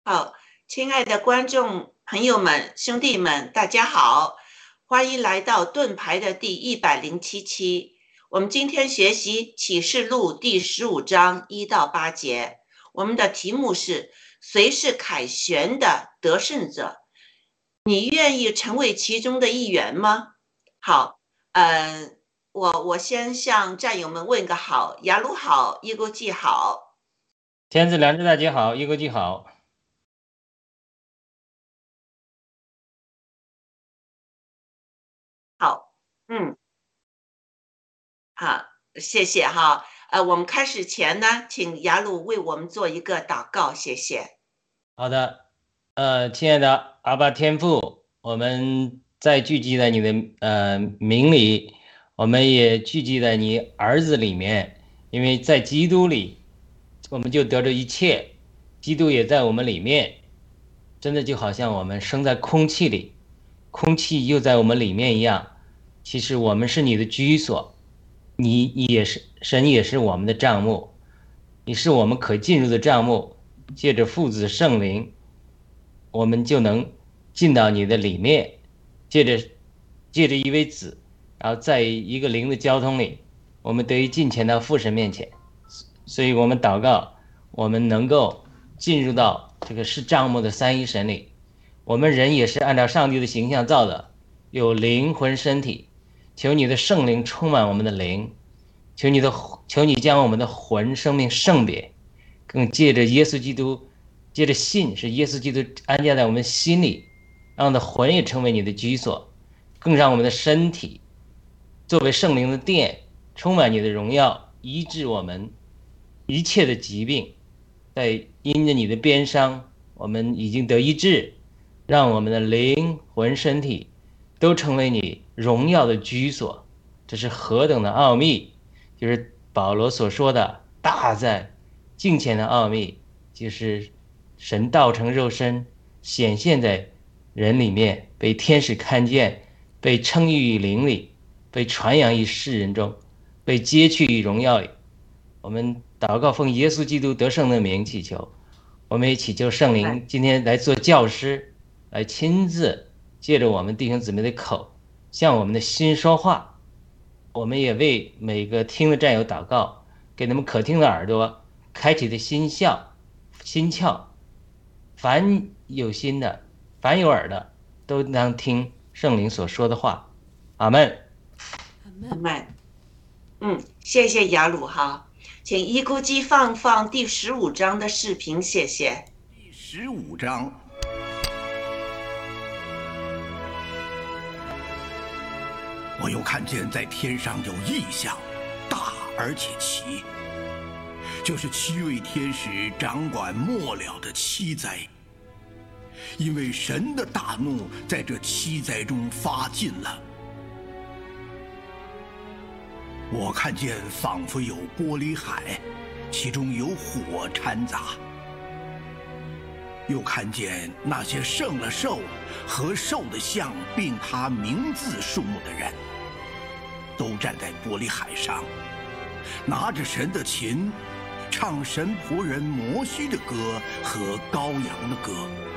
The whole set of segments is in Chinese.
好，亲爱的观众朋友们、兄弟们，大家好，欢迎来到盾牌的第107期。我们今天学习启示录第15章1到8节，我们的题目是谁是凯旋的得胜者？你愿意成为其中的一员吗？好，我先向战友们问个好，雅鲁好，一国际好， 天子良知大姐好，一国际好。 好，好，谢谢哈。我们开始前呢，请雅鲁为我们做一个祷告，谢谢。 好的，亲爱的阿爸天父，我们在聚集在你的名里，我们也聚集在你儿子里面，因为在基督里，我们就得着一切，基督也在我们里面，真的就好像我们生在空气里，空气又在我们里面一样。其实我们是你的居所，你也是神，也是我们的帐幕，你是我们可进入的帐幕。借着父子圣灵，我们就能进到你的里面，借着一位子，然后在一个灵的交通里，我们得以进前到父神面前。所以我们祷告，我们能够进入到这个是帐幕的三一神里。我们人也是按照上帝的形象造的，有灵魂身体，求你的圣灵充满我们的灵，求你将我们的魂生命圣别，更借着耶稣基督，借着信是耶稣基督安家在我们心里，让我们的魂也成为你的居所，更让我们的身体作为圣灵的殿，充满你的荣耀，医治我们一切的疾病。在因着你的鞭伤，我们已经得医治，让我们的灵魂身体都成为你荣耀的居所。这是何等的奥秘，就是保罗所说的大在敬虔的奥秘，就是神道成肉身，显现在人里面，被天使看见，被称誉于灵里，被传扬于世人中，被接去于荣耀里。我们祷告奉耶稣基督得胜的名祈求，我们也祈求圣灵今天来做教师，来亲自借着我们弟兄姊妹的口向我们的心说话。我们也为每个听的战友祷告，给他们可听的耳朵开启的心窍，凡有心的，凡有耳的，都当听圣灵所说的话。阿们。 阿们。谢谢雅鲁哈。请一姑机放第15章的视频，谢谢。 第15章，我又看见在天上有异象，大而且奇，就是7位天使掌管末了的7灾，因为神的大怒在这7灾中发尽了。我看见仿佛有玻璃海，其中有火掺杂。又看见那些胜了兽和兽的像，并他名字数目的人，都站在玻璃海上，拿着神的琴，唱神仆人摩西的歌和羔羊的歌。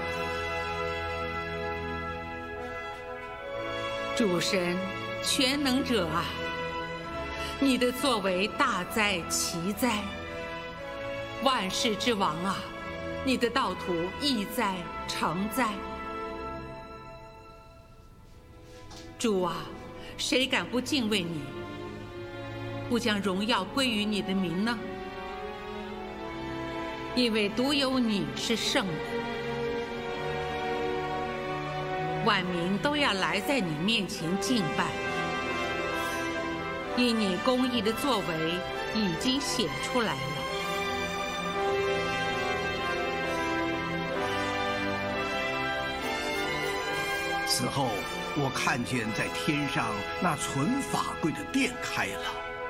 主神，全能者啊，你的作为大哉奇哉，万世之王啊，你的道途义哉诚哉。主啊，谁敢不敬畏你，不将荣耀归于你的名呢？因为独有你是圣的，万民都要来在你面前敬拜。因你公义的作为已经显出来了。 此后，我看见在天上那存法柜的殿开了，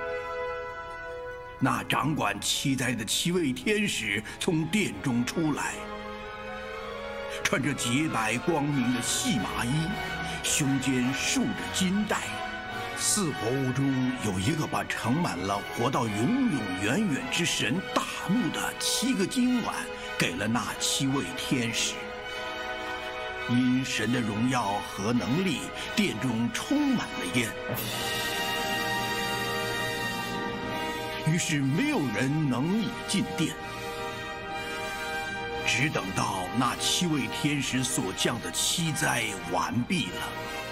那掌管7灾的7位天使从殿中出来，穿着洁白光明的细麻衣，胸间束着金带。4活物中有一个把盛满了活到永永远远之神大怒的7个金碗给了那7位天使。因神的荣耀和能力，殿中充满了烟，于是没有人能以进殿，只等到那7位天使所降的7灾完毕了。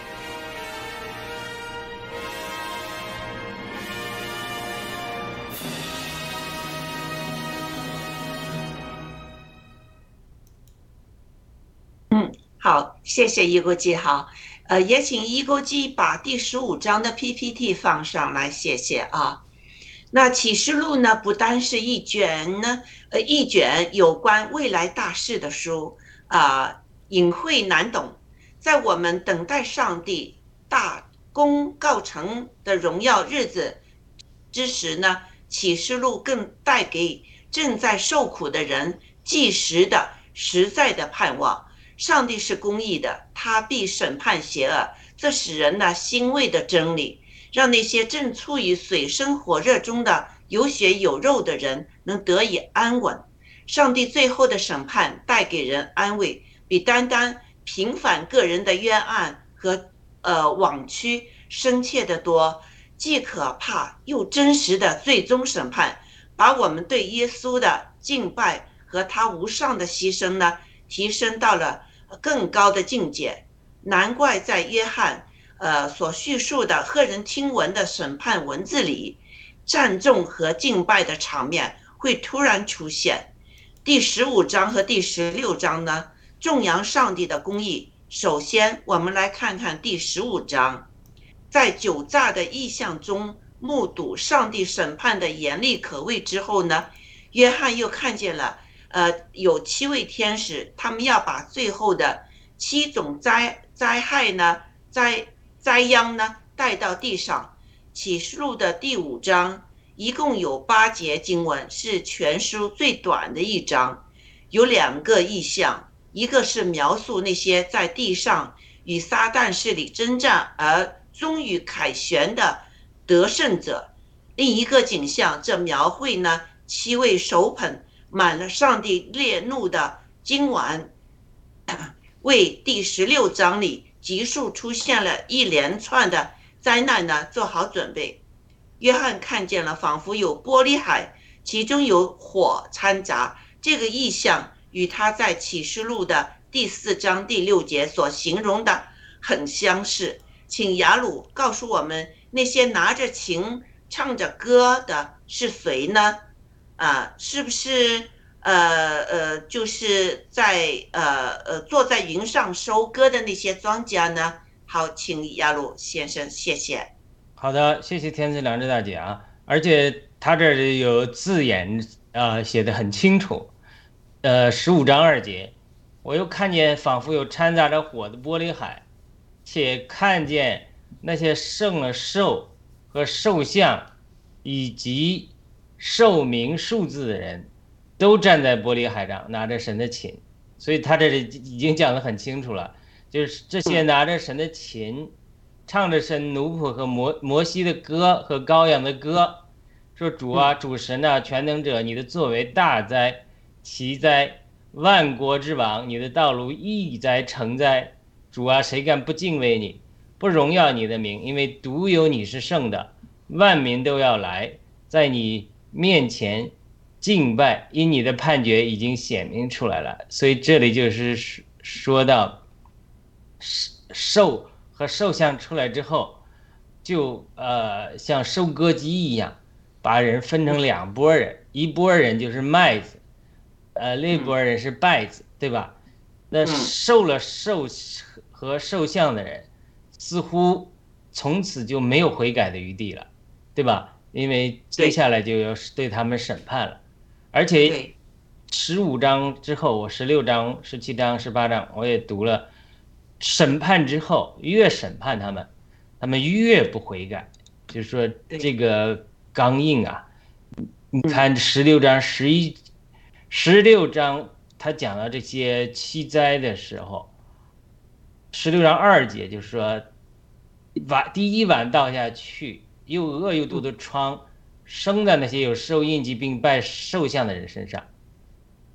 好，谢谢一钩记。好，也请一钩记把第15章的 PPT 放上来，谢谢啊。那启示录呢，不单是一卷有关未来大事的书隐晦难懂，在我们等待上帝大功告成的荣耀日子之时呢，启示录更带给正在受苦的人即时的实在的盼望。上帝是公义的，他必审判邪恶，这使人呢欣慰的真理，让那些正处于水深火热中的有血有肉的人能得以安稳。上帝最后的审判带给人安慰，比单单平反个人的冤案和枉屈深切得多。既可怕又真实的最终审判，把我们对耶稣的敬拜和他无上的牺牲呢提升到了更高的境界。难怪在约翰所叙述的骇人听闻的审判文字里，赞颂和敬拜的场面会突然出现。第15章和第16章呢，颂扬上帝的公义。首先我们来看看第15章。在酒榨的异象中目睹上帝审判的严厉可畏之后呢，约翰又看见了有7位天使，他们要把最后的7种灾害呢灾殃呢带到地上。启示录的第5章一共有8节经文，是全书最短的一章，有2个意象，一个是描述那些在地上与撒旦势力征战而终于凯旋的得胜者，另一个景象这描绘呢7位手捧满了上帝烈怒的金碗，为第16章里急速出现了一连串的灾难呢做好准备。约翰看见了仿佛有玻璃海，其中有火掺杂，这个意象与他在启示录的第4章第6节所形容的很相似。请雅鲁告诉我们，那些拿着琴唱着歌的是谁呢？是不是就是在坐在云上收割的那些庄稼呢？好，请雅鲁先生，谢谢。 好的，谢谢天赐良知大姐啊，而且他这里有字眼写得很清楚。15章2节，我又看见仿佛有掺杂着火的玻璃海，且看见那些胜了兽和兽像以及兽名数字的人都站在玻璃海上拿着神的琴。所以他这里已经讲得很清楚了，就是这些拿着神的琴唱着神奴仆和摩西的歌和羔羊的歌，说主啊，主神啊，全能者，你的作为大哉奇哉，万国之王，你的道路义哉诚哉。主啊，谁敢不敬畏你，不荣耀你的名？因为独有你是圣的，万民都要来在你面前敬拜，因你的判决已经显明出来了。所以这里就是说到兽和兽像出来之后，就像收割机一样，把人分成2拨人，一拨人就是麦子，另一拨人是稗子，对吧？那受了兽和兽像的人，似乎从此就没有悔改的余地了，对吧？因为接下来就要对他们审判了。而且15章之后，我16章、17章、18章我也读了，审判之后越审判他们越不悔改，就是说这个刚硬啊。你看16章他讲到这些7灾的时候，16章2节就是说，第一碗倒下去，又恶又毒的疮生在那些有兽印记并拜兽像的人身上。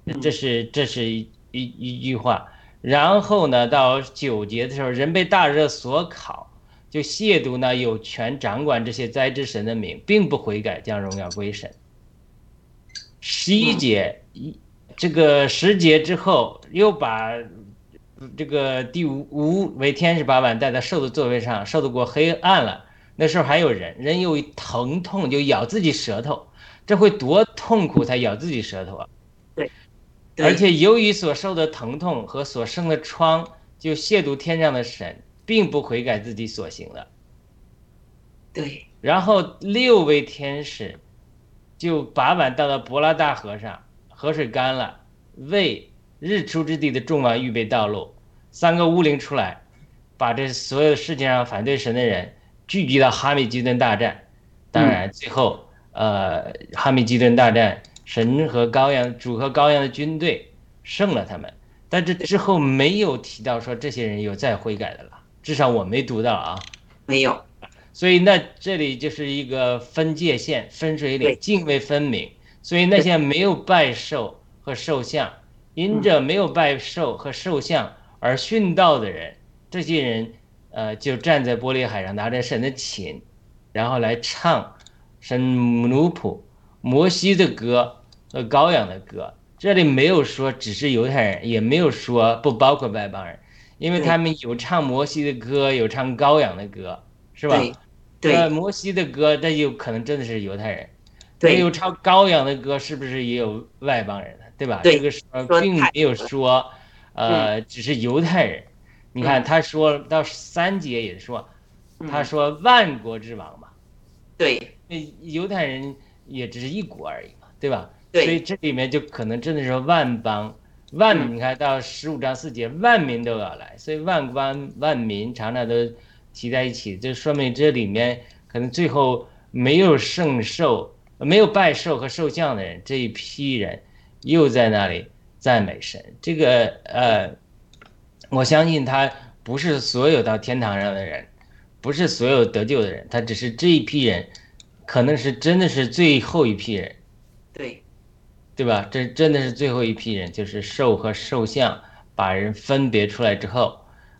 这是一句话。然后呢，到9节的时候，人被大热所烤，就亵渎呢有权掌管这些灾之神的名，并不悔改，将荣耀归神。11节，这个10节之后，又把这个第5位天使把碗带到兽的座位上，兽的国黑暗了。那时候还有人又疼痛就咬自己舌头，这会多痛苦才咬自己舌头啊！ 对， 而且由于所受的疼痛和所生的疮，就亵渎天上的神，并不悔改自己所行的。 对， 然后6位天使就把碗倒到伯拉大河上，河水干了，为日出之地的众王预备道路。3个巫灵出来，把这所有世界上反对神的人聚集到哈米基顿大战。当然最后哈米基顿大战，神和主和羔羊的军队胜了他们，但这之后没有提到说这些人有再悔改的了，至少我没读到啊， 没有。 所以那这里就是一个分界线、分水岭，泾渭分明。所以那些没有拜兽和兽像，因着没有拜兽和兽像而殉道的人，这些人就站在玻璃海上，拿着神的琴，然后来唱神奴仆摩西的歌和羔羊的歌。这里没有说只是犹太人，也没有说不包括外邦人，因为他们有唱摩西的歌，有唱羔羊的歌，是吧？ 对， 摩西的歌，那有可能真的是犹太人。 对， 有唱羔羊的歌，是不是也有外邦人的，对吧？ 对， 这个并没有说，只是犹太人。你看他说到3节也说，他说万国之王嘛， 对， 犹太人也只是一国而已嘛，对吧？ 对， 所以这里面就可能真的是万邦，你看到15章4节，万民都要来，所以万邦万民常常都提在一起，就说明这里面可能最后没有圣兽、没有拜兽和兽像的人，这一批人又在那里赞美神。这个我相信他不是所有到天堂上的人，不是所有得救的人，他只是这一批人，可能是真的是最后一批人，对吧？这真的是最后一批人，就是兽和兽像把人分别出来之后，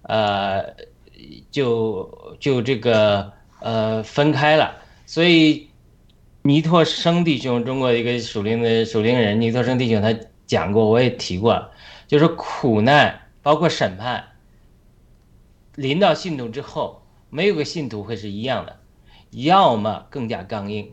就这个分开了。所以尼托生弟兄，中国一个属灵人，尼托生弟兄他讲过，我也提过了，就是苦难包括审判临到信徒之后，没有个信徒会是一样的，要么更加刚硬，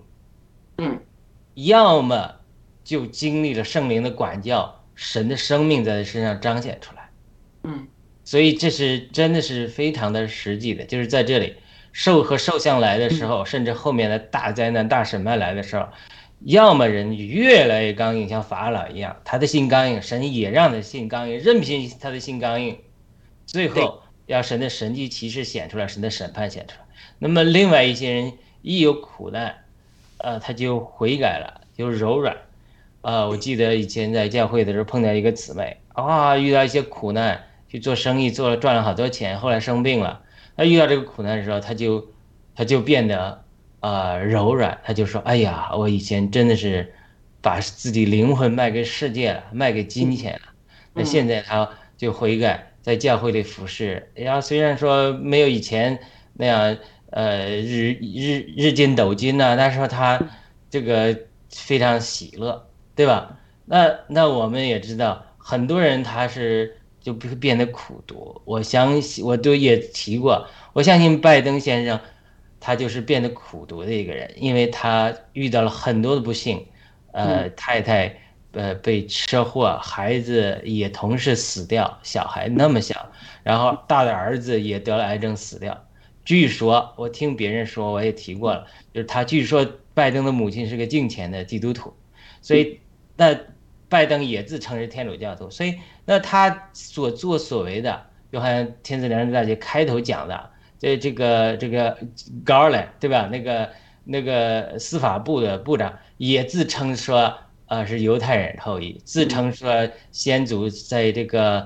要么就经历了圣灵的管教，神的生命在他身上彰显出来。所以这是真的是非常的实际的，就是在这里兽和兽像来的时候，甚至后面的大灾难大审判来的时候，要么人越来越刚硬，像法老一样，他的心刚硬，神也让他的心刚硬，任凭他的心刚硬，最后要神的神迹奇事显出来，神的审判显出来。那么另外一些人一有苦难，他就悔改了，就柔软。我记得以前在教会的时候碰到一个姊妹，遇到一些苦难，去做生意赚了好多钱，后来生病了。他遇到这个苦难的时候，他就变得柔软，他就说：“哎呀，我以前真的是把自己灵魂卖给世界了，卖给金钱了。那现在他就悔改，在教会里服侍。然后虽然说没有以前那样日进斗金呐，但是说他这个非常喜乐，对吧？那我们也知道，很多人他是就变得苦读。我都也提过，我相信拜登先生，他就是变得苦读的一个人，因为他遇到了很多的不幸，太太被车祸，孩子也同时死掉，小孩那么小，然后大的儿子也得了癌症死掉。据说我听别人说，我也提过了，就是他据说拜登的母亲是个敬虔的基督徒，所以那拜登也自称是天主教徒，所以那他所作所为的，就好像天赐良知大学开头讲的，这个 Garland 对吧？那个司法部的部长也自称说是犹太人后裔，自称说先祖在这个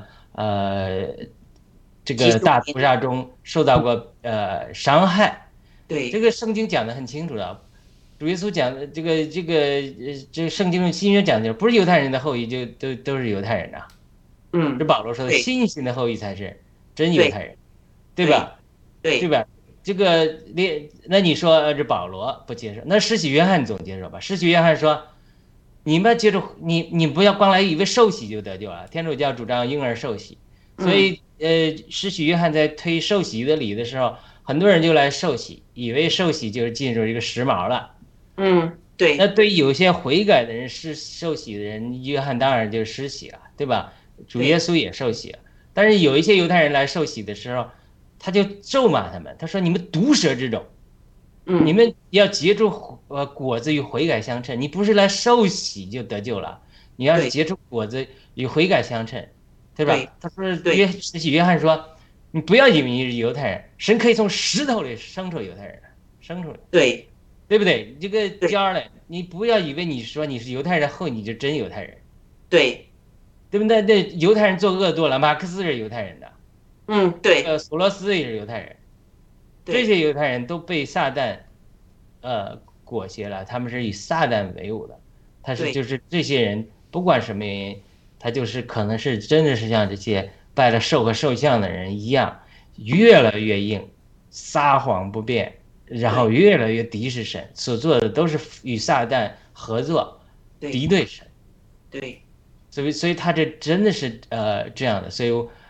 大屠杀中受到过伤害。对，这个圣经讲得很清楚的， 主耶稣讲的这个圣经中新约讲的，不是犹太人的后裔就都是犹太人呐。这保罗说的， 对信心的后裔才是真犹太人，对吧？ 对吧？这个那你说这保罗不接受，那施洗约翰总接受吧？施洗约翰说，你们接着你不要光来以为受洗就得救了，天主教主张婴儿受洗，所以施洗约翰在推受洗的礼的时候，很多人就来受洗，以为受洗就是进入一个时髦了。 对。 那对于有些悔改的人是受洗的人，约翰当然就施洗了，对吧？主耶稣也受洗了，但是有一些犹太人来受洗的时候，他就咒骂他们，他说：“你们毒舌之种，你们要结出果子与悔改相称。你不是来受洗就得救了，你要结出果子与悔改相称，对吧？”他说：“施洗约翰说，你不要以为你是犹太人，神可以从石头里生出犹太人，生出来。”对不对？这个家呢，你不要以为你说你是犹太人后你就真犹太人，对不对？那犹太人作恶多了，马克思是犹太人的，索罗斯也是犹太人，这些犹太人都被撒旦裹挟了，他们是以撒旦为伍的，就是这些人不管什么原因，他就是可能是真的是像这些拜了兽和兽像的人一样，越来越硬，撒谎不变。然后越来越敌视神，所做的都是与撒旦合作，敌对神。所以他这真的是这样的，所以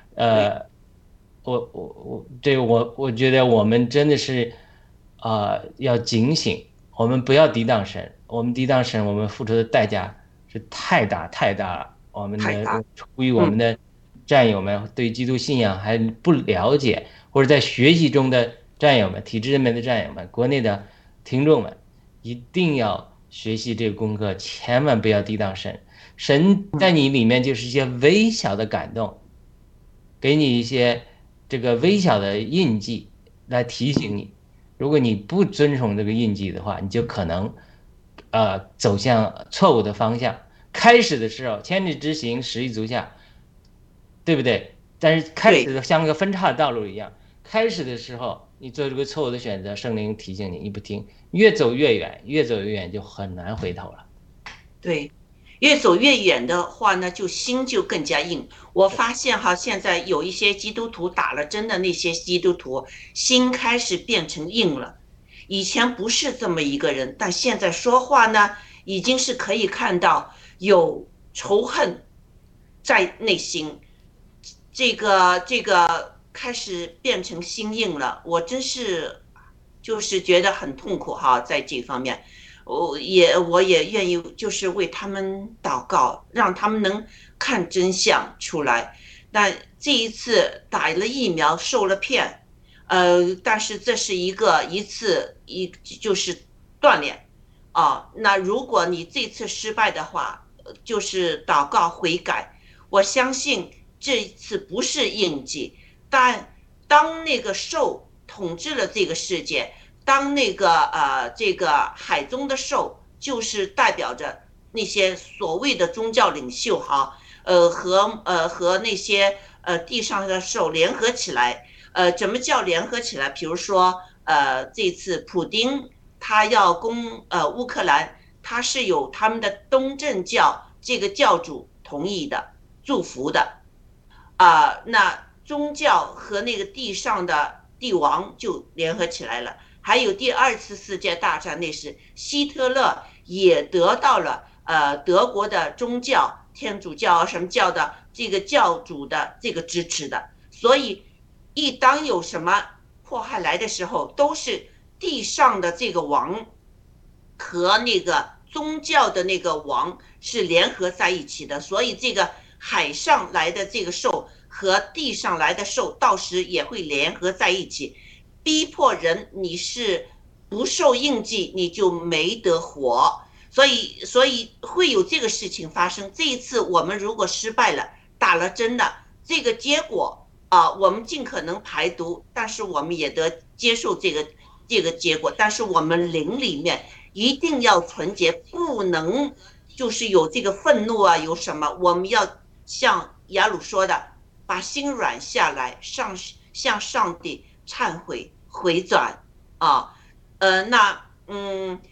我觉得我们真的是要警醒，我们不要抵挡神，我们抵挡神，我们付出的代价是太大了。我们的出于我们的战友们对基督信仰还不了解，或者在学习中的战友们、体制内的战友们、国内的听众们，一定要学习这个功课，千万不要抵挡神。神在你里面就是一些微小的感动，给你一些这个微小的印记来提醒你。如果你不遵从这个印记的话，你就可能走向错误的方向。开始的时候千里之行，始于足下，对不对？但是开始的像个分叉的道路一样，开始的时候你做这个错误的选择，圣灵提醒你，你不听，越走越远就很难回头了。 对，越走越远的话呢，就心就更加硬。我发现现在有一些基督徒打了针的那些基督徒，心开始变成硬了。以前不是这么一个人，但现在说话呢，已经是可以看到有仇恨在内心，这个开始变成心硬了。我真是就是觉得很痛苦在这方面。我也愿意就是为他们祷告，让他们能看真相出来。但这一次打了疫苗受了骗，但是这是一次就是锻炼那如果你这次失败的话，就是祷告悔改。我相信这一次不是印记，但当那个兽统治了这个世界，当那个这个海中的兽就是代表着那些所谓的宗教领袖和那些地上的兽联合起来。怎么叫联合起来？比如说这次普丁他要攻乌克兰，他是有他们的东正教这个教主同意的祝福的那宗教和那个地上的帝王就联合起来了。还有第二次世界大战，那时希特勒也得到了德国的宗教天主教什么教的这个教主的这个支持的。所以一当有什么迫害来的时候，都是地上的这个王和那个宗教的那个王是联合在一起的。所以这个海上来的这个兽和地上来的兽到时也会联合在一起，逼迫人，你是不受印记你就没得活。所以会有这个事情发生。这一次我们如果失败了，打了针的这个结果我们尽可能排毒，但是我们也得接受这个结果。但是我们灵里面一定要纯洁，不能就是有这个愤怒有什么，我们要像雅鲁说的，把心软下来，向上帝忏悔回转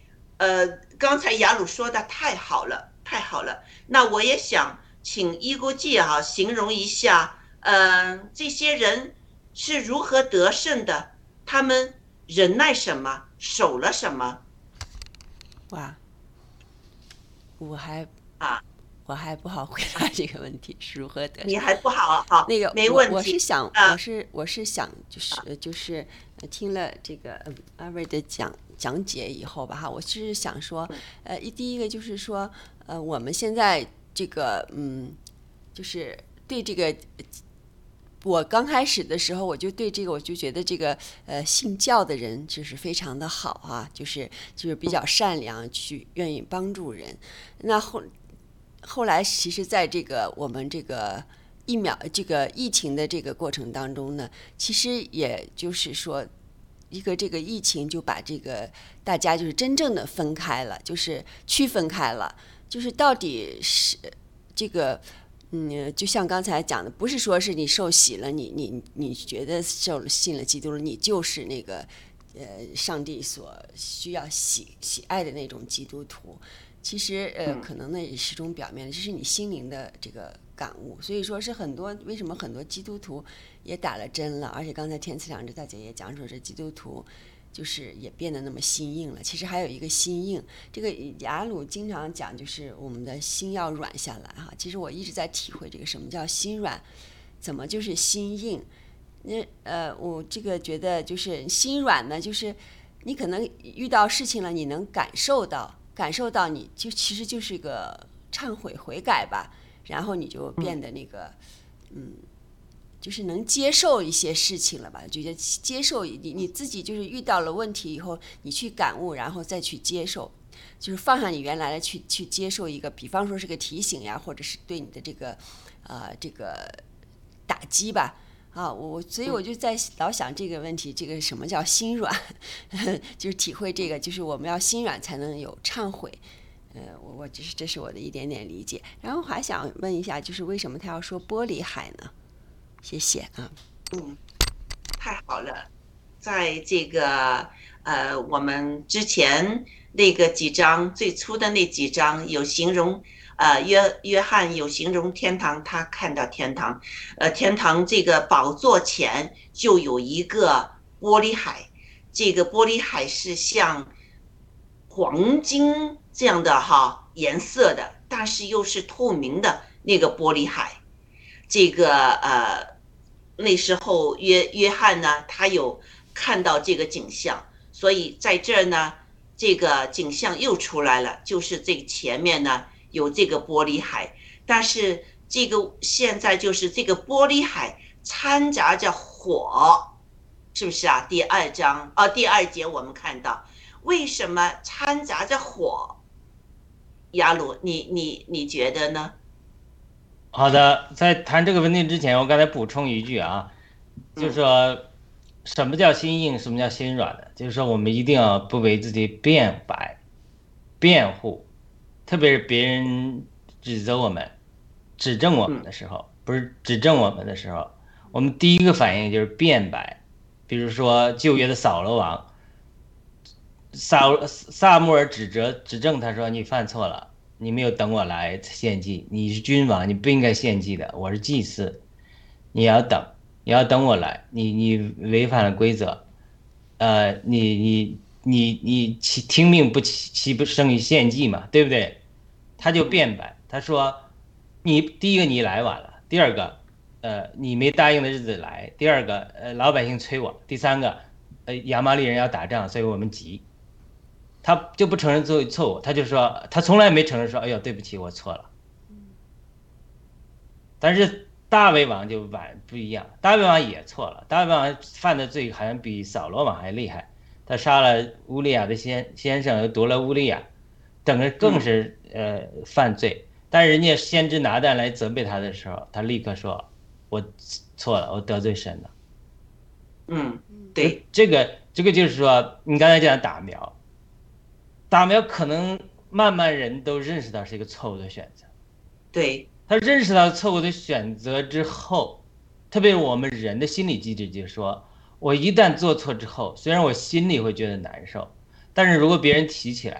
刚才雅鲁说的太好了，太好了。那我也想请伊估记形容一下，这些人是如何得胜的，他们忍耐什么，守了什么？ 哇，我还啊， 我还不好回答这个问题，是如何得胜？ 你还不好，好， 那个没问题。 我是想， 啊我是想，就是听了这个阿瑞的讲解以后吧，哈，我是想说，第一个就是说，我们现在这个，就是对这个。我刚开始的时候，我就对这个，我就觉得这个信教的人就是非常的好啊，就是比较善良，去愿意帮助人。那后来，其实在这个我们这个这个疫情的这个过程当中呢，其实也就是说，这个疫情就把这个大家就是真正的分开了，就是区分开了，就是到底是这个。就像刚才讲的，不是说是你受洗了，你觉得信了基督了，你就是那个上帝所需要喜爱的那种基督徒。其实可能呢也是种表面的，这是你心灵的这个感悟。所以说是为什么很多基督徒也打了针了，而且刚才天赐良知大姐也讲说，这基督徒就是也变得那么心硬了。其实还有一个心硬，这个雅鲁经常讲，就是我们的心要软下来哈。其实我一直在体会这个什么叫心软，怎么就是心硬。我这个觉得就是心软呢，就是你可能遇到事情了，你能感受到你就其实就是一个忏悔悔改吧，然后你就变得那个就是能接受一些事情了吧？觉得接受你自己就是遇到了问题以后，你去感悟，然后再去接受，就是放下你原来的去接受一个，比方说是个提醒呀，或者是对你的这个这个打击吧。所以我就在老想这个问题，这个什么叫心软，就是体会这个，就是我们要心软才能有忏悔。我这是我的一点点理解。然后我还想问一下，就是为什么他要说玻璃海呢？谢谢啊。 太好了，在这个我们之前那个几章最初的那几章有形容约翰有形容天堂，他看到天堂，天堂这个宝座前就有一个玻璃海，这个玻璃海是像黄金这样的颜色的，但是又是透明的那个玻璃海。这个那时候约翰呢，他有看到这个景象，所以在这儿呢，这个景象又出来了，就是这个前面呢有这个玻璃海，但是这个现在就是这个玻璃海掺杂着火，是不是啊？第二节我们看到为什么掺杂着火？雅鲁，你觉得呢？ 好的，在谈这个问题之前，我刚才补充一句啊，就是说什么叫心硬，什么叫心软的，就是说我们一定要不为自己辩护，特别是别人指责我们、指正我们的时候，不是指正我们的时候，我们第一个反应就是辩白。比如说旧约的扫罗王，撒母耳指正他说，你犯错了，你没有等我来献祭，你是君王，你不应该献祭的，我是祭司，你要等我来，你违反了规则，你听命不胜于献祭嘛，对不对？他就辩白，他说第一个你来晚了，第二个你没答应的日子来，第二个老百姓催我，第三个亚玛力人要打仗，所以我们急。他就不承认自己错误，他就说他从来没承认说，哎呦对不起我错了。但是大卫王就不一样，大卫王也错了，大卫王犯的罪好像比扫罗王还厉害，他杀了乌利亚的先生，又夺了乌利亚，整个更是犯罪。但是人家先知拿但来责备他的时候，他立刻说我错了，我得罪神了。 对， 这个就是说你刚才讲打苗可能慢慢人都认识到是一个错误的选择。 对， 他认识到错误的选择之后，特别我们人的心理机制就是说，我一旦做错之后，虽然我心里会觉得难受，但是如果别人提起来，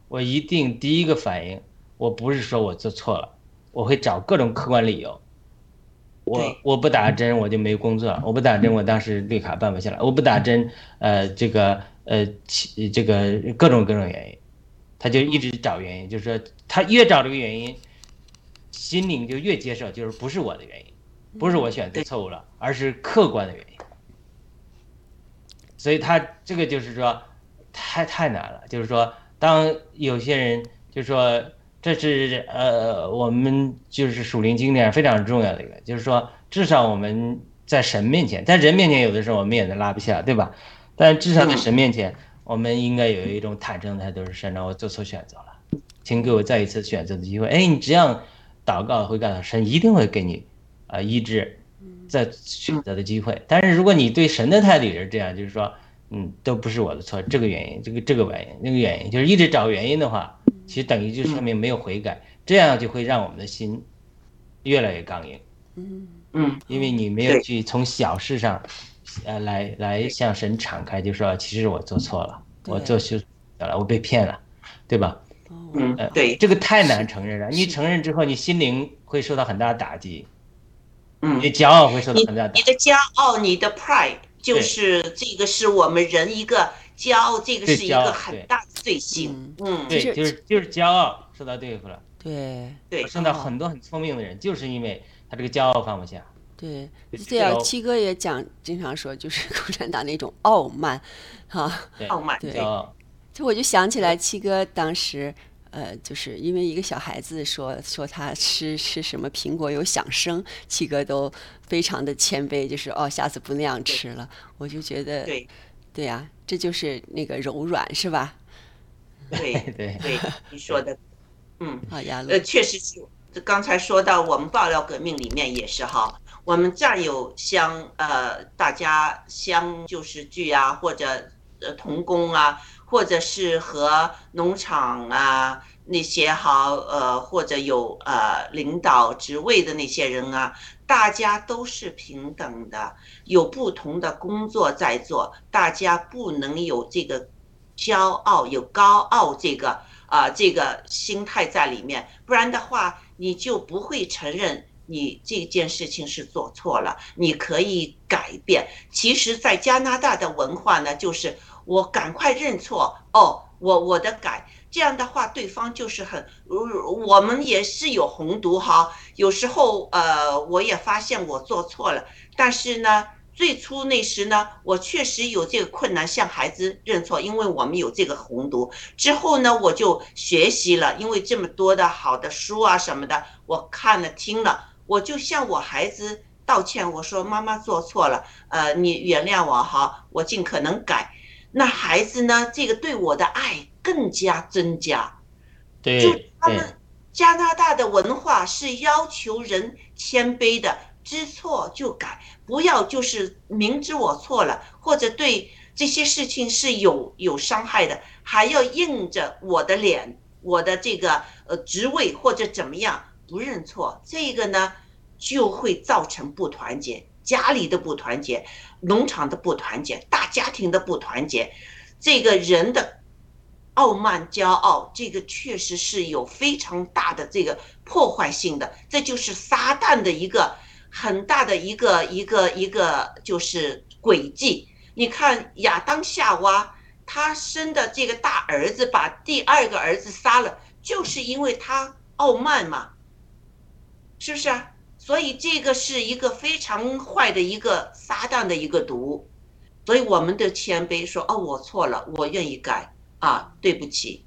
我一定第一个反应，我不是说我做错了，我会找各种客观理由。我不打针我就没工作，我不打针我当时绿卡办不下来，我不打针，这个各种原因，他就一直找原因，就是说他越找这个原因，心灵就越接受，就是不是我的原因，不是我选择错误了，而是客观的原因。所以他这个就是说太难了，就是说当有些人就说这是我们就是属灵经验非常重要的一个，就是说至少我们在神面前，在人面前有的时候我们也能拉不下，对吧？但至少在神面前，我们应该有一种坦诚态度，是神让我做错选择了，请给我再一次选择的机会。哎，你这样祷告会告诉神一定会给你医治再选择的机会。但是如果你对神的态度也是这样，就是说都不是我的错，这个原因这个原因那个原因，就是一直找原因的话，其实等于就说明没有悔改，这样就会让我们的心越来越刚硬。因为你没有去从小事上来向神敞开，就说其实我做错了，我做错了，我被骗了，对吧？ 对， 这个太难承认了。你承认之后，你心灵会受到很大的打击，你的骄傲会受到很大的打击。 你的骄傲，你的 pride， 就是这个是我们人一个骄傲，这个是一个很大的罪行。 对，就是骄傲受到对付了。 对， 受到很多很聪明的人，就是因为他这个骄傲放不下。 对，这样七哥也经常说，就是共产党那种傲慢， 傲慢， 对， 骄傲。 这我就想起来七哥当时，就是因为一个小孩子说他吃什么苹果有响声，七哥都非常的谦卑，就是下次不那样吃了。我就觉得，对呀，这就是那个柔软，是吧？ 对，你说的， 好呀， 确实是。刚才说到我们爆料革命里面也是哈，我们战友大家就是聚啊，或者同工啊，或者是和农场啊那些或者有领导职位的那些人啊，大家都是平等的，有不同的工作在做，大家不能有这个骄傲有高傲这个心态在里面，不然的话你就不会承认你这件事情是做错了，你可以改变。其实在加拿大的文化呢，就是我赶快认错，我的改，这样的话对方就是我们也是有宏读有时候我也发现我做错了，但是呢最初那时呢，我确实有这个困难向孩子认错，因为我们有这个宏读。之后呢，我就学习了，因为这么多的好的书啊什么的，我看了听了，我就向我孩子道歉，我说妈妈做错了，你原谅我我尽可能改。那孩子呢，这个对我的爱更加增加。 对， 就他们加拿大的文化是要求人谦卑的。知错就改，不要就是明知我错了，或者对这些事情是有伤害的，还要硬着我的脸，我的这个职位或者怎么样不认错，这个呢就会造成不团结，家里的不团结，农场的不团结，大家庭的不团结，这个人的傲慢骄傲，这个确实是有非常大的这个破坏性的，这就是撒旦的一个很大的一个就是诡计。你看亚当夏娃，他生的这个大儿子把第二个儿子杀了，就是因为他傲慢嘛，是不是啊？所以这个是一个非常坏的一个撒旦的一个毒。所以我们的谦卑说，我错了，我愿意改对不起。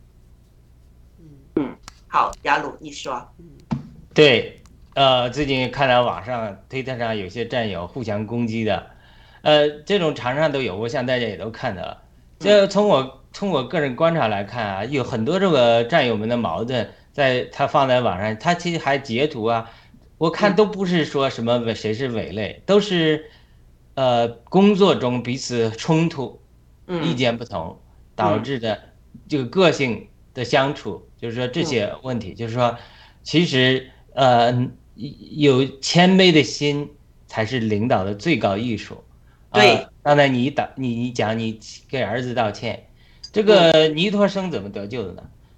好，雅鲁你说。 对。最近看到网上推特上有些战友互相攻击的，这种场上都有，我想大家也都看到了。这从我个人观察来看啊，有很多这个战友们的矛盾，他放在网上，他其实还截图啊，我看都不是说什么谁是伪类，都是工作中彼此冲突，意见不同导致的这个个性的相处，就是说这些问题，就是说其实有谦卑的心才是领导的最高艺术。 对， 刚才你讲你给儿子道歉，这个尼托生怎么得救的呢？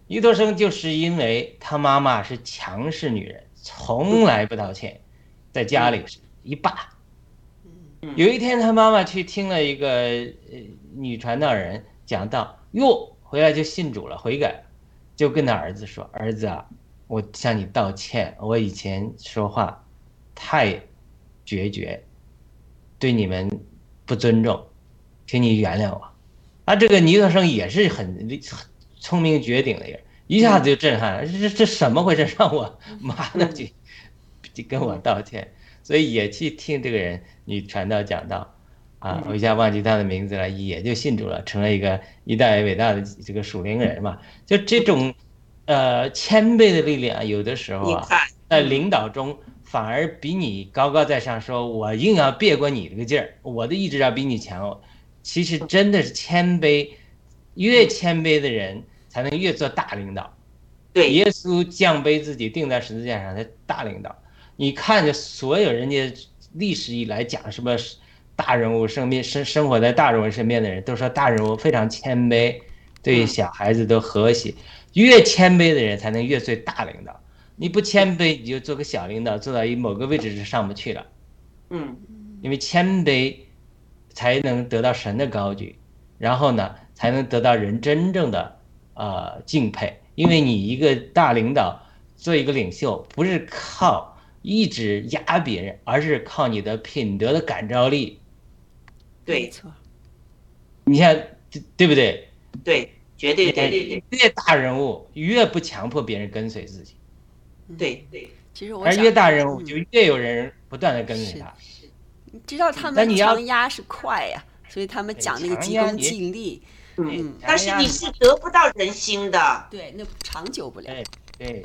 尼陀生就是因为他妈妈是强势女人，从来不道歉，在家里是一霸。有一天他妈妈去听了一个女传道人讲道，哟，回来就信主了，悔改了，就跟他儿子说：“儿子啊，我向你道歉，我以前说话太决绝，对你们不尊重，请你原谅我。”啊，这个尼陀生也是很聪明绝顶的人，一下子就震撼了，这什么回事？让我妈的就跟我道歉，所以也去听这个人女传道讲道啊，我一下忘记他的名字了，也就信主了，成了一代伟大的这个属灵人嘛。就这种谦卑的力量，有的时候啊，在领导中反而比你高高在上，说我硬要别过你这个劲儿，我的意志要比你强。其实真的是谦卑，越谦卑的人才能越做大领导。 对， 耶稣降卑自己，钉在十字架上，他大领导。你看着所有人家历史以来讲什么大人物生活在大人物身边的人，都说大人物非常谦卑，对小孩子都和谐。越谦卑的人才能越做大领导。你不谦卑，你就做个小领导，做到某个位置是上不去了。因为谦卑才能得到神的高举，然后呢，才能得到人真正的敬佩。因为你一个大领导，做一个领袖，不是靠意志压别人，而是靠你的品德的感召力。 对， 你看对不对？ 对，绝对对。 越大人物越不强迫别人跟随自己。 对， 其实而越大人物就越有人不断的跟随他。 你知道他们强压是快呀，所以他们讲那个急功近利。 但是你是得不到人心的。 对，那长久不了。 对。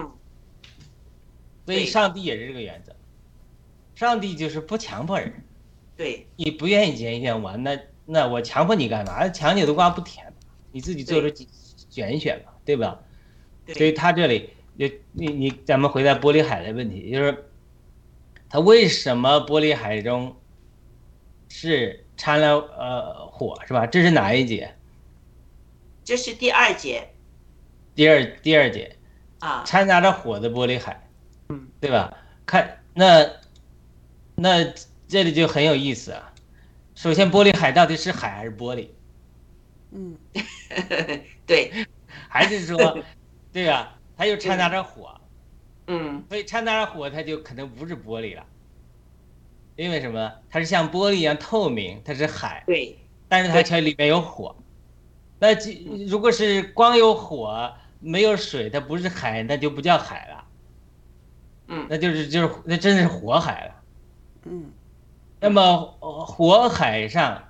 所以上帝也是这个原则，上帝就是不强迫人。 对， 你不愿意捡一片我，那我强迫你干嘛？强扭的瓜不甜，你自己做出拣选嘛，对吧？所以他这里咱们回到玻璃海的问题，就是他为什么玻璃海中是掺了火，是吧？这是哪一节？ 这是第二节。 第二节啊， 掺杂着火的玻璃海，对吧？看那这里就很有意思啊。首先，玻璃海到底是海还是玻璃？ 对， 还是说，对吧？它又掺杂着火，所以掺杂着火，它就可能不是玻璃了。因为什么？它是像玻璃一样透明，它是海， 对， 但是它却里面有火。那如果是光有火没有水，它不是海，那就不叫海了。那那真是火海了。那么火海上，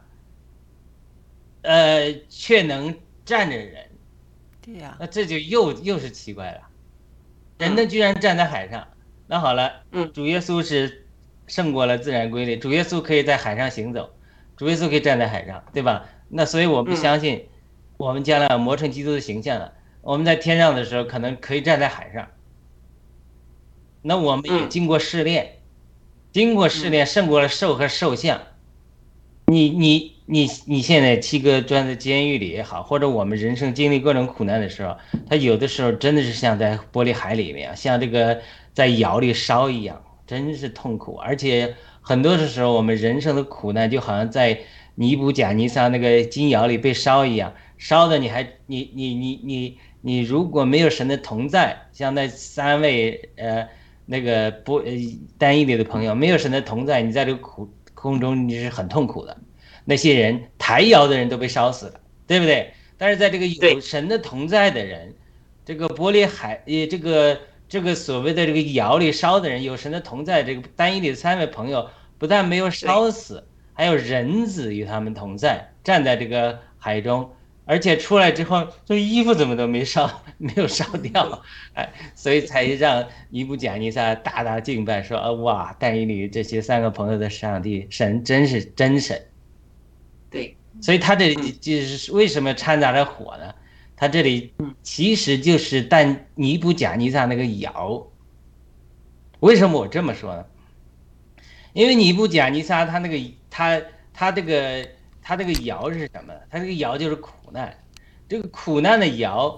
却能站着人。 对呀。 那这就又是奇怪了，人呢居然站在海上。那好了，主耶稣是胜过了自然规律，主耶稣可以在海上行走，主耶稣可以站在海上，对吧？那所以我们相信，我们将来磨成基督的形象了，我们在天上的时候可能可以站在海上。那我们也经过试炼，胜过了兽和兽像。你现在7个关在监狱里也好，或者我们人生经历各种苦难的时候，他有的时候真的是像在玻璃海里面，像这个在窑里烧一样，真是痛苦。而且很多的时候，我们人生的苦难就好像在尼布甲尼撒那个金窑里被烧一样，烧的你如果没有神的同在，像那3位那个单一里的朋友，没有神的同在，你在这个空中你是很痛苦的。那些人抬窑的人都被烧死了，对不对？但是在这个有神的同在的人，这个玻璃海，这个所谓的这个窑里烧的人，有神的同在，这个单一里的3位朋友不但没有烧死，还有人子与他们同在，站在这个海中，而且出来之后，这衣服怎么都没有烧掉，所以才让尼布甲尼撒大大敬拜，说哇，但以理这些3个朋友的上帝神真是真神。 对， 所以他这里就是为什么掺杂着火呢？他这里其实就是但尼布甲尼撒那个窑。为什么我这么说呢？因为尼布甲尼撒他这个窑是什么？他这个窑就是苦难。这个苦难的窑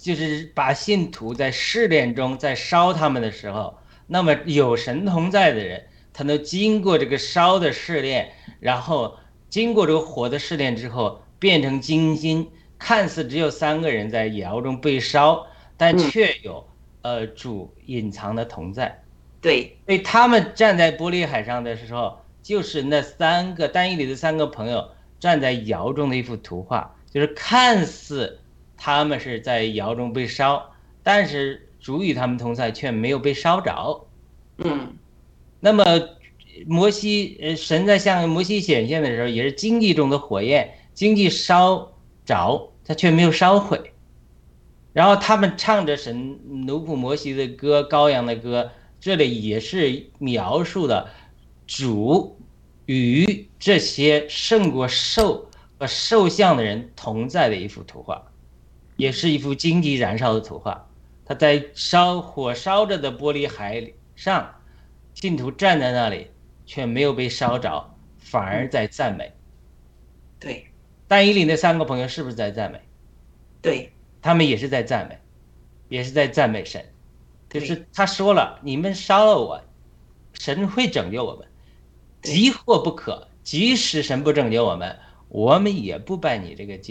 就是把信徒在试炼中在烧他们的时候，那么有神同在的人，他能经过这个烧的试炼，然后经过这个火的试炼之后变成金星，看似只有3个人在窑中被烧，但却有主隐藏的同在。 对， 所以他们站在玻璃海上的时候，就是那单一里的3个朋友站在窑中的一幅图画，就是看似他们是在窑中被烧，但是主与他们同在，却没有被烧着。那么神在向摩西显现的时候，也是荆棘中的火焰，荆棘烧着，他却没有烧毁。然后他们唱着神奴仆摩西的歌，羔羊的歌，这里也是描述了主与这些胜过兽和兽像的人同在的一幅图画，也是一幅荆棘燃烧的图画。他在火烧着的玻璃海上，信徒站在那里，却没有被烧着，反而在赞美。 对， 但以理那3个朋友是不是在赞美？ 对， 他们也是在赞美，也是在赞美神。就是他说了，你们烧了我，神会拯救我们，即或不可，即使神不拯救我们，我们也不拜你这个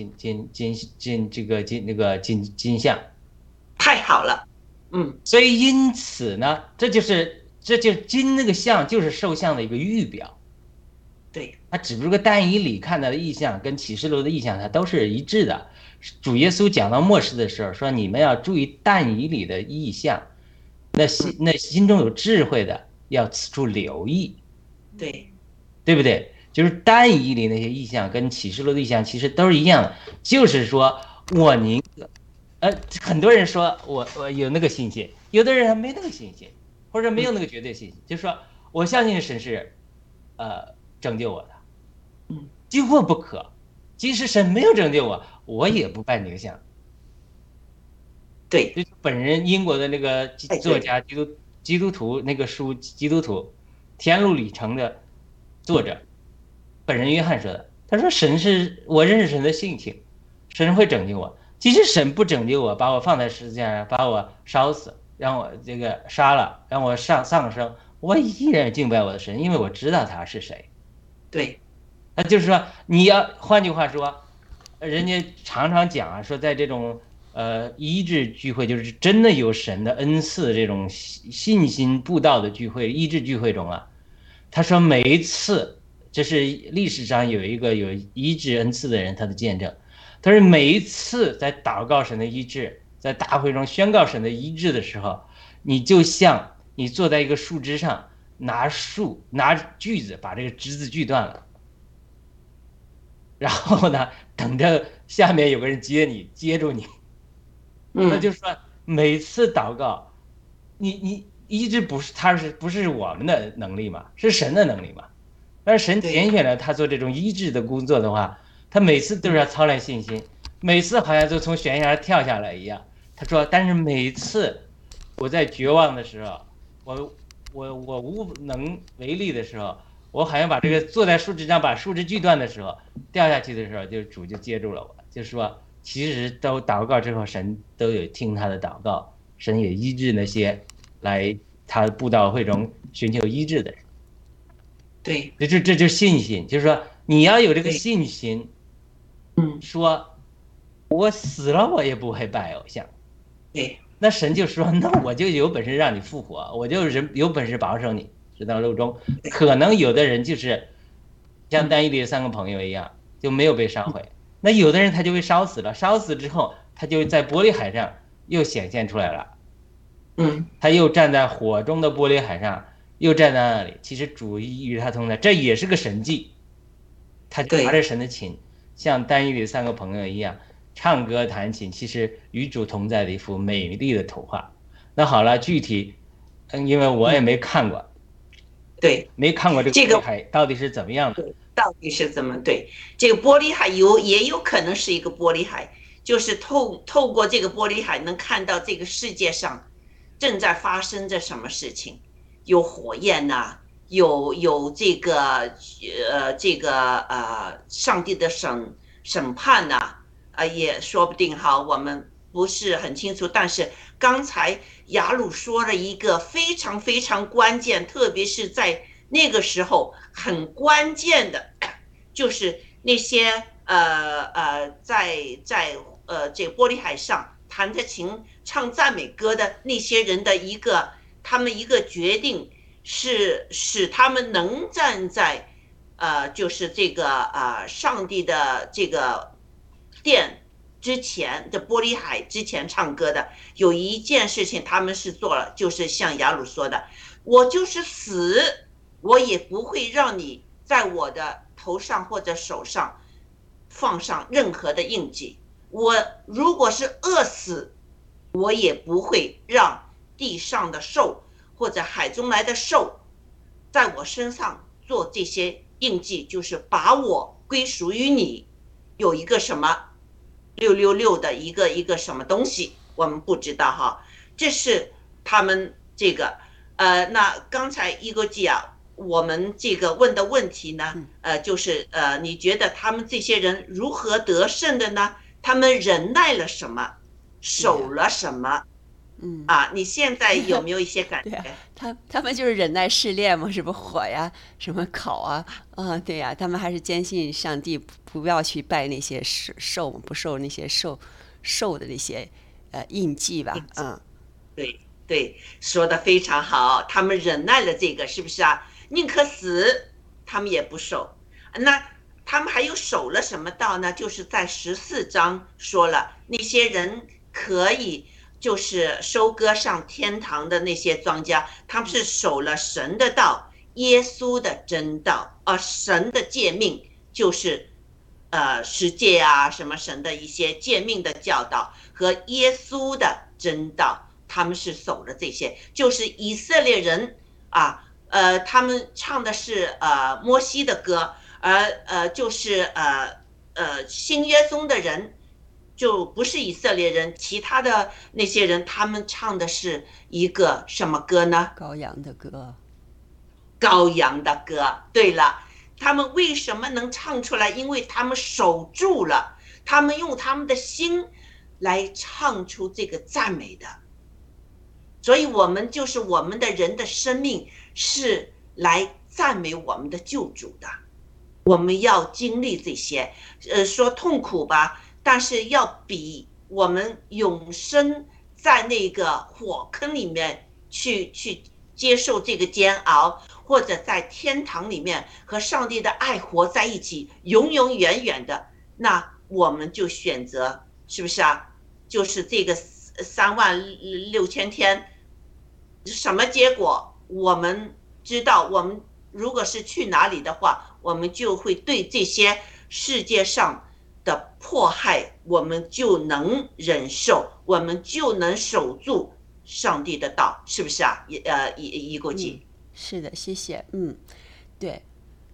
金像。 太好了。 所以因此呢，这就是金那个像就是兽像的一个预表。 对， 它只不过但以理看到的意象跟启示录的意象它都是一致的。主耶稣讲到末世的时候说，你们要注意但以理的意象，那心中有智慧的要此处留意。对不对？就是但以理那些意象跟启示录的意象其实都是一样的，就是说我宁可很多人说我有那个信心，有的人还没那个信心，或者没有那个绝对信心，就是说我相信神是拯救我的，几乎不可，即使神没有拯救我，我也不拜那个像。 对， 本人英国的那个作家基督徒那个书《基督徒天路里程》的作者本人约翰说的，他说神是我认识神的性情，神会拯救我，即使神不拯救我，把我放在十字架上，把我烧死，让我这个杀了，让我丧生，我依然敬拜我的神，因为我知道他是谁。 对， 那就是说你要换句话说，人家常常讲啊，说在这种医治聚会，就是真的有神的恩赐这种信心布道的聚会，医治聚会中啊，他说每一次，这是历史上有一个有医治恩赐的人他的见证，他说每一次在祷告神的医治，在大会中宣告神的医治的时候，你就像你坐在一个树枝上，拿锯子把这个枝子锯断了，然后呢等着下面有个人接住你。那就是说每次祷告你医治不是我们的能力嘛，是神的能力嘛。但是神拣选了他做这种医治的工作的话，他每次都是要操练信心，每次好像就从悬崖跳下来一样。他说但是每次我在绝望的时候，我无能为力的时候，我好像把这个坐在树枝上把树枝锯断的时候，掉下去的时候，就主就接住了我，就是说其实都祷告之后，神都有听他的祷告，神也医治那些来他布道会中寻求医治的人。 对， 这就是信心，就是说你要有这个信心，说我死了我也不会拜偶像。 对， 那神就说，那我就有本事让你复活，我就有本事保守你直到肉中。可能有的人就是像但以理的3个朋友一样，就没有被烧毁。那有的人他就被烧死了，烧死之后他就在玻璃海上又显现出来了，他又站在火中的玻璃海上，又站在那里，其实主与他同在，这也是个神迹。他就拿着神的琴，像但以理3个朋友一样唱歌弹琴，其实与主同在的一幅美丽的图画。那好了，具体因为我也没看过， 对， 没看过这个玻璃海到底是怎么样的， 到底是怎么对这个玻璃海也有可能是一个玻璃海，就是透过这个玻璃海能看到这个世界上正在发生着什么事情，有火焰呐，有这个上帝的审判呐，也说不定哈，我们不是很清楚，但是刚才雅鲁说了一个非常非常关键，特别是在那个时候很关键的，就是那些在这玻璃海上弹着琴唱赞美歌的那些人的他们一个决定，是使他们能站在就是这个上帝的这个殿之前的玻璃海之前唱歌的。有一件事情他们是做了，就是像雅鲁说的，我就是死我也不会让你在我的头上或者手上放上任何的印记，我如果是饿死，我也不会让地上的兽或者海中来的兽在我身上做这些印记，就是把我归属于你。有一个什么666的一个什么东西，我们不知道哈。这是他们这个那刚才一个记啊，我们这个问的问题呢，就是你觉得他们这些人如何得胜的呢？他们忍耐了什么，守了什么？你现在有没有一些感觉？ 他们就是忍耐试炼嘛，什么火呀，什么烤啊，对呀，他们还是坚信上帝，不要去拜那些兽，不受那些兽的那些印记吧， 对，说的非常好，他们忍耐了这个，是不是啊？宁可死，他们也不守。那他们还有守了什么道呢？就是在14章说了，那些人可以就是收割上天堂的那些庄稼，他们是守了神的道，耶稣的真道，神的诫命就是十诫啊，什么神的一些诫命的教导和耶稣的真道，他们是守了这些。就是以色列人他们唱的是摩西的歌，就是新约中的人就不是以色列人，其他的那些人他们唱的是一个什么歌呢？ 羔羊的歌。 羔羊的歌，对了，他们为什么能唱出来？因为他们守住了，他们用他们的心来唱出这个赞美的。所以我们的人的生命是来赞美我们的救主的。我们要经历这些说痛苦吧，但是要比我们永生在那个火坑里面去接受这个煎熬，或者在天堂里面和上帝的爱活在一起永永远远的，那我们就选择，是不是啊？就是这个36000天，什么结果我们知道。我们如果是去哪里的话，我们就会对这些世界上的迫害我们就能忍受，我们就能守住上帝的道，是不是啊？一国际， 是的，谢谢。对，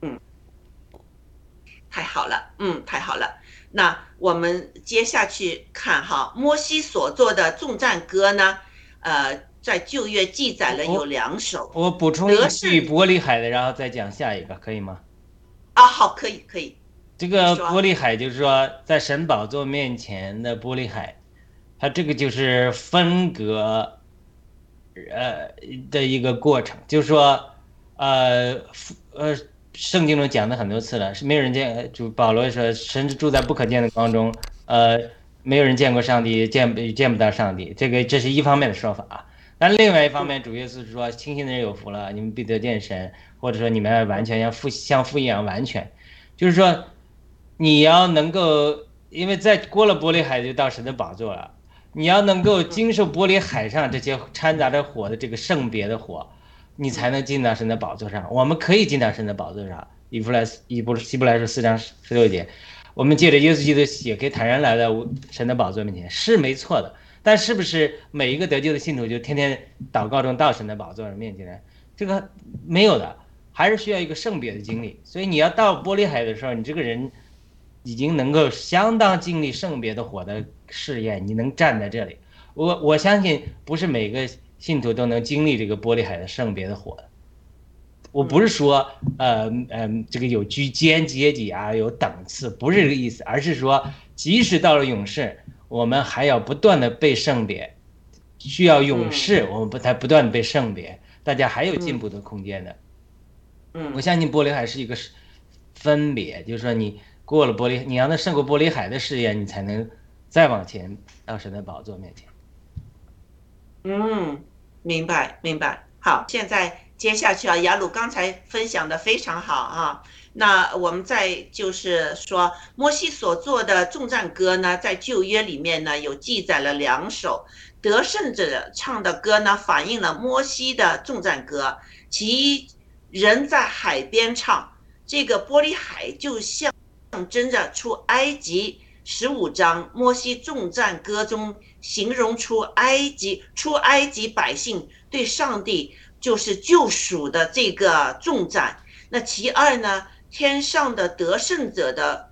太好了，太好了。那我们接下去看哈，摩西所做的众赞歌呢，在旧约记载了有2首。 我补充一句玻璃海的，然后再讲下一个，可以吗？ 好，可以。 这个玻璃海就是说，在神宝座面前的玻璃海，它这个就是分隔的一个过程，就是说圣经中讲的很多次了，是没有人见，就保罗说，神是住在不可见的光中，没有人见过上帝，见不到上帝，这是一方面的说法。但另外一方面，主耶稣是说，清心的人有福了，你们必得见神，或者说你们要完全像父一样完全，就是说你要能够，因为过了玻璃海就到神的宝座了，你要能够经受玻璃海上这些掺杂着火的这个圣别的火，你才能进到神的宝座上。我们可以进到神的宝座上。希伯来书4章16节，我们借着耶稣基督的血可以坦然来到神的宝座面前，是没错的。但是不是每一个得救的信徒就天天祷告中到神的宝座面前呢？这个没有的，还是需要一个圣别的经历。所以你要到玻璃海的时候，你这个人已经能够相当经历圣别的火的试验，你能站在这里。我相信不是每个信徒都能经历这个玻璃海的圣别的火的。我不是说这个有居间阶级啊，有等次，不是这个意思，而是说即使到了永世， 我们还要不断的被圣别，需要勇士，我们才不断的被圣别，大家还有进步的空间的。我相信玻璃海是一个分别，就是说你过了玻璃，你让它胜过玻璃海的试验，你才能再往前到神的宝座面前。 明白明白。好，现在接下去啊，雅鲁刚才分享的非常好啊。那我们再就是说，摩西所做的众赞歌呢，在旧约里面呢有记载了2首，得胜者唱的歌呢，反映了摩西的众赞歌。其一，人在海边唱，这个玻璃海就象征着出埃及15章摩西众赞歌中形容出埃及百姓对上帝就是救赎的这个众赞。那其二呢，天上的得胜者的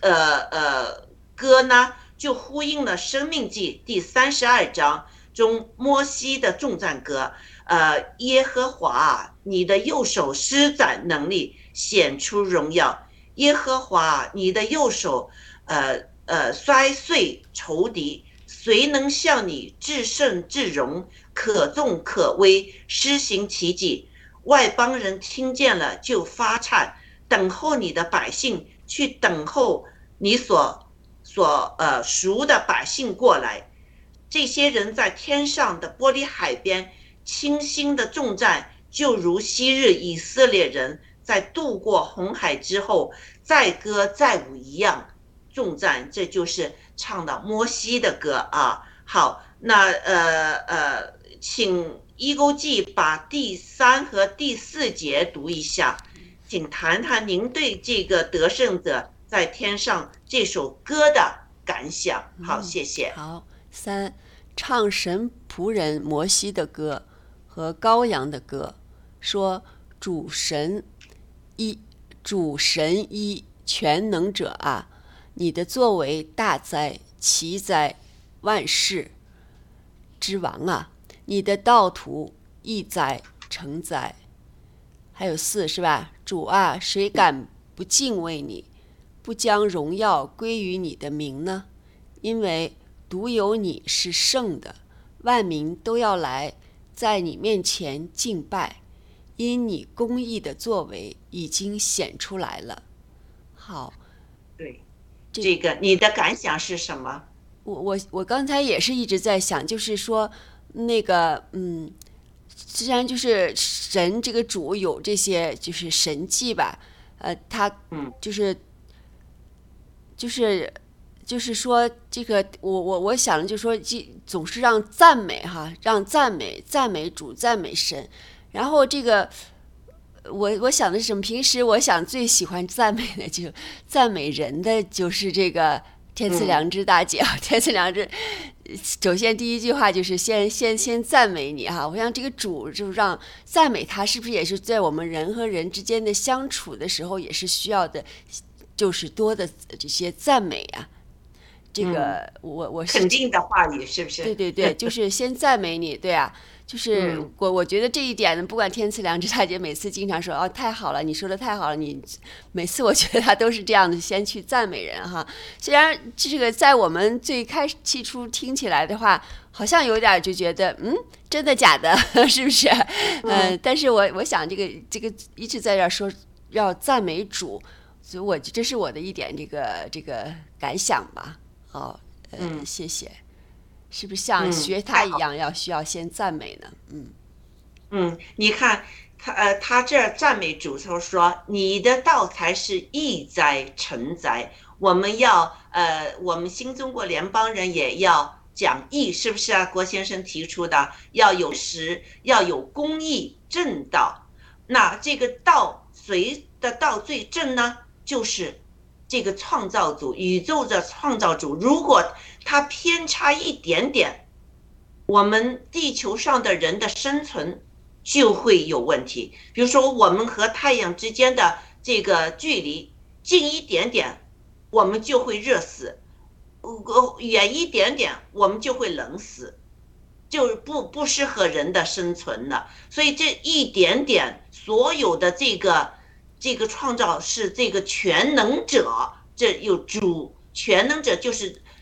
歌呢，就呼应了申命记第32章中摩西的众赞歌。耶和华，你的右手施展能力，显出荣耀。耶和华，你的右手摔碎仇敌，谁能向你至圣至荣，可颂可威，施行奇迹？外邦人听见了就发颤，等候你的百姓，去等候你所赎的百姓过来。这些人在天上的玻璃海边清新的众赞，就如昔日以色列人在渡过红海之后载歌载舞一样众赞。这就是唱的摩西的歌啊。好，那请一钩记把第3和第4节读一下，请谈谈您对这个得胜者在天上这首歌的感想。好，谢谢。 好，3，唱神仆人摩西的歌和羔羊的歌，说主神一全能者啊，你的作为大哉奇哉，万世之王啊，你的道途义哉诚哉。还有4是吧？主啊，谁敢不敬畏你，不将荣耀归于你的名呢？因为独有你是圣的，万民都要来在你面前敬拜，因你公义的作为已经显出来了。好， 对，这个你的感想是什么？ 我刚才也是一直在想，就是说那个虽然就是神这个主有这些就是神迹吧，他就是说这个我想就是说总是让赞美主赞美神，然后这个我想的是什么？平时我想最喜欢赞美的就赞美人的就是这个天赐良知大姐，天赐良知。首先第一句话就是先赞美你哈，我想这个主就让赞美他，是不是也是在我们人和人之间的相处的时候也是需要的，就是多的这些赞美啊。这个我是肯定的话语，是不是？ 对，就是先赞美你，对啊，就是我觉得这一点呢，不管天赐良知大姐每次经常说哦太好了，你说的太好了，你每次我觉得她都是这样的，先去赞美人哈。虽然这个在我们起初听起来的话，好像有点就觉得真的假的，是不是？但是我想这个一直在这说要赞美主，所以这是我的一点这个感想吧。好，谢谢。是不是像学他一样需要先赞美呢？ 你看他这赞美主说你的道才是义哉诚哉。我们新中国联邦人也要讲义，是不是啊？郭先生提出的要有实，要有公义正道。那这个道谁的道最正呢？就是这个创造主，宇宙的创造主。如果它偏差一点点，我们地球上的人的生存就会有问题。比如说我们和太阳之间的这个距离近一点点，我们就会热死，远一点点我们就会冷死，就不适合人的生存了。所以这一点点所有的这个创造是这个全能者，这有主全能者，就是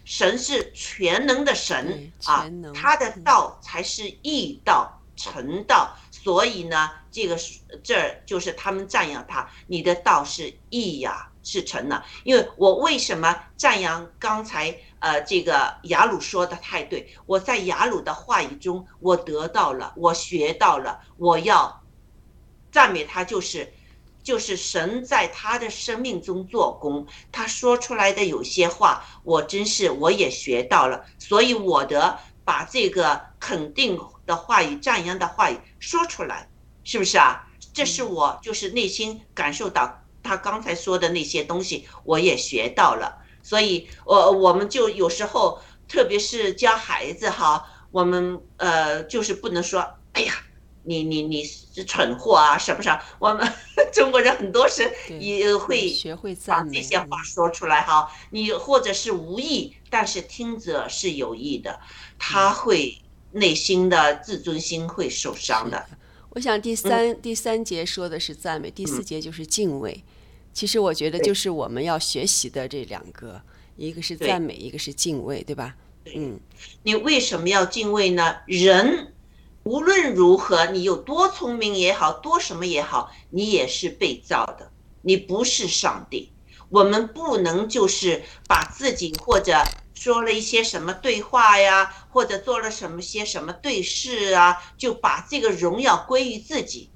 神是全能的神啊全能， 他的道才是义道、成道。所以呢，这就是他们赞扬他，你的道是义呀，是成了。因为我为什么赞扬刚才这个雅鲁说的太对，我在雅鲁的话语中我得到了，我学到了，我要赞美他，就是神在他的生命中做工，他说出来的有些话我也学到了，所以我的把这个肯定的话语、赞扬的话语说出来，是不是啊？这是我就是内心感受到他刚才说的那些东西，我也学到了。所以我们就有时候，特别是教孩子哈，我们就是不能说，哎呀，你是蠢货啊什么什么。我们中国人很多时也会学会把赞美这些话说出来哈。你或者是无意，但是听者是有意的，他会内心的自尊心会受伤的。 我想第三节说的是赞美，第4节就是敬畏。其实我觉得就是我们要学习的这2个，一个是赞美，一个是敬畏，对吧？ 你为什么要敬畏呢？人无论如何，你有多聪明也好，多什么也好，你也是被造的，你不是上帝。我们不能就是把自己或者说了一些什么对话呀，或者做了什么对事啊，就把这个荣耀归于自己。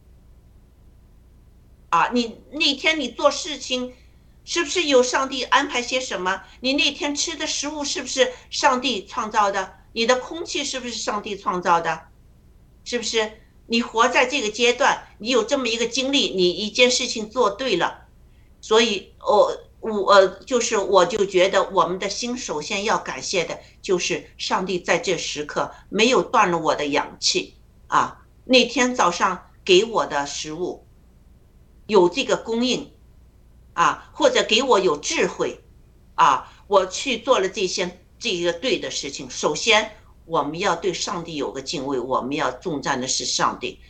啊，你那天你做事情是不是有上帝安排些什么？你那天吃的食物是不是上帝创造的？你的空气是不是上帝创造的？是不是？你活在这个阶段，你有这么一个经历，你一件事情做对了，所以我就觉得我们的心首先要感谢的就是上帝在这时刻没有断了我的氧气啊，那天早上给我的食物有这个供应啊，或者给我有智慧啊，我去做了这个对的事情。首先我们要对上帝有个敬畏，我们要重赞的是上帝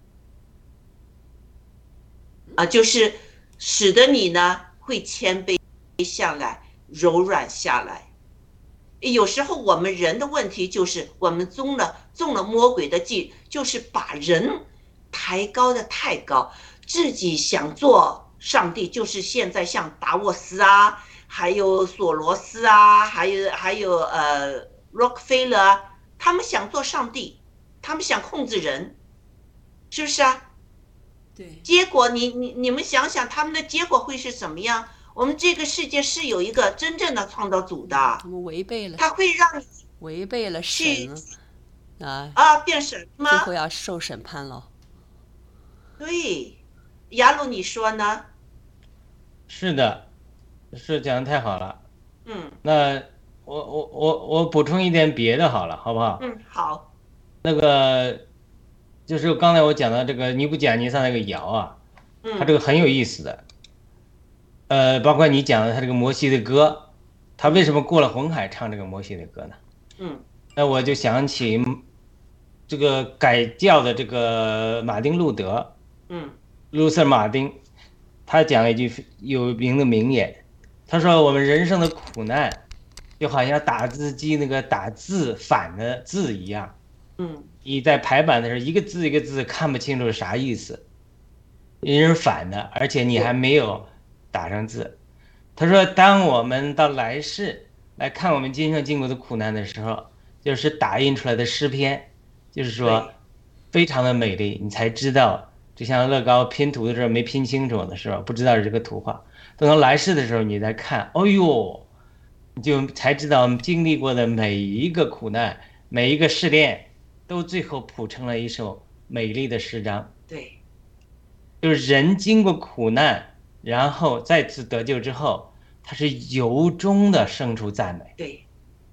啊，就是使得你呢会谦卑下来，柔软下来。有时候我们人的问题就是我们中了魔鬼的计，就是把人抬高的太高，自己想做上帝，就是现在像达沃斯啊，还有索罗斯啊，还有洛克菲勒啊，他们想做上帝，他们想控制人，是不是啊？ 对。 结果你们想想，他们的结果会是怎么样？我们这个世界是有一个真正的创造主的， 他们违背了， 他会让你违背了神变神吗？ 最后要受审判了。 对，雅鲁你说呢？ 是的，是讲得太好了。那我补充一点别的好了，好不好？ 好。 那个就是刚才我讲的这个尼布甲尼撒那个窑啊，它这个很有意思的。包括你讲的他这个摩西的歌，他为什么过了红海唱这个摩西的歌呢？那我就想起这个改教的这个马丁路德，路瑟马丁，他讲了一句有名的名言，他说我们人生的苦难就好像打字机那个打字反的字一样，你在排版的时候一个字一个字看不清楚是啥意思，因为是反的，而且你还没有打上字。他说当我们到来世来看我们今生经过的苦难的时候，就是打印出来的诗篇，就是说非常的美丽，你才知道，就像乐高拼图的时候没拼清楚的时候不知道是这个图画，等到来世的时候你再看，哦呦，你就才知道经历过的每一个苦难每一个试炼都最后谱成了一首美丽的诗章。 对， 就是人经过苦难然后再次得救之后，他是由衷的生出赞美。 对，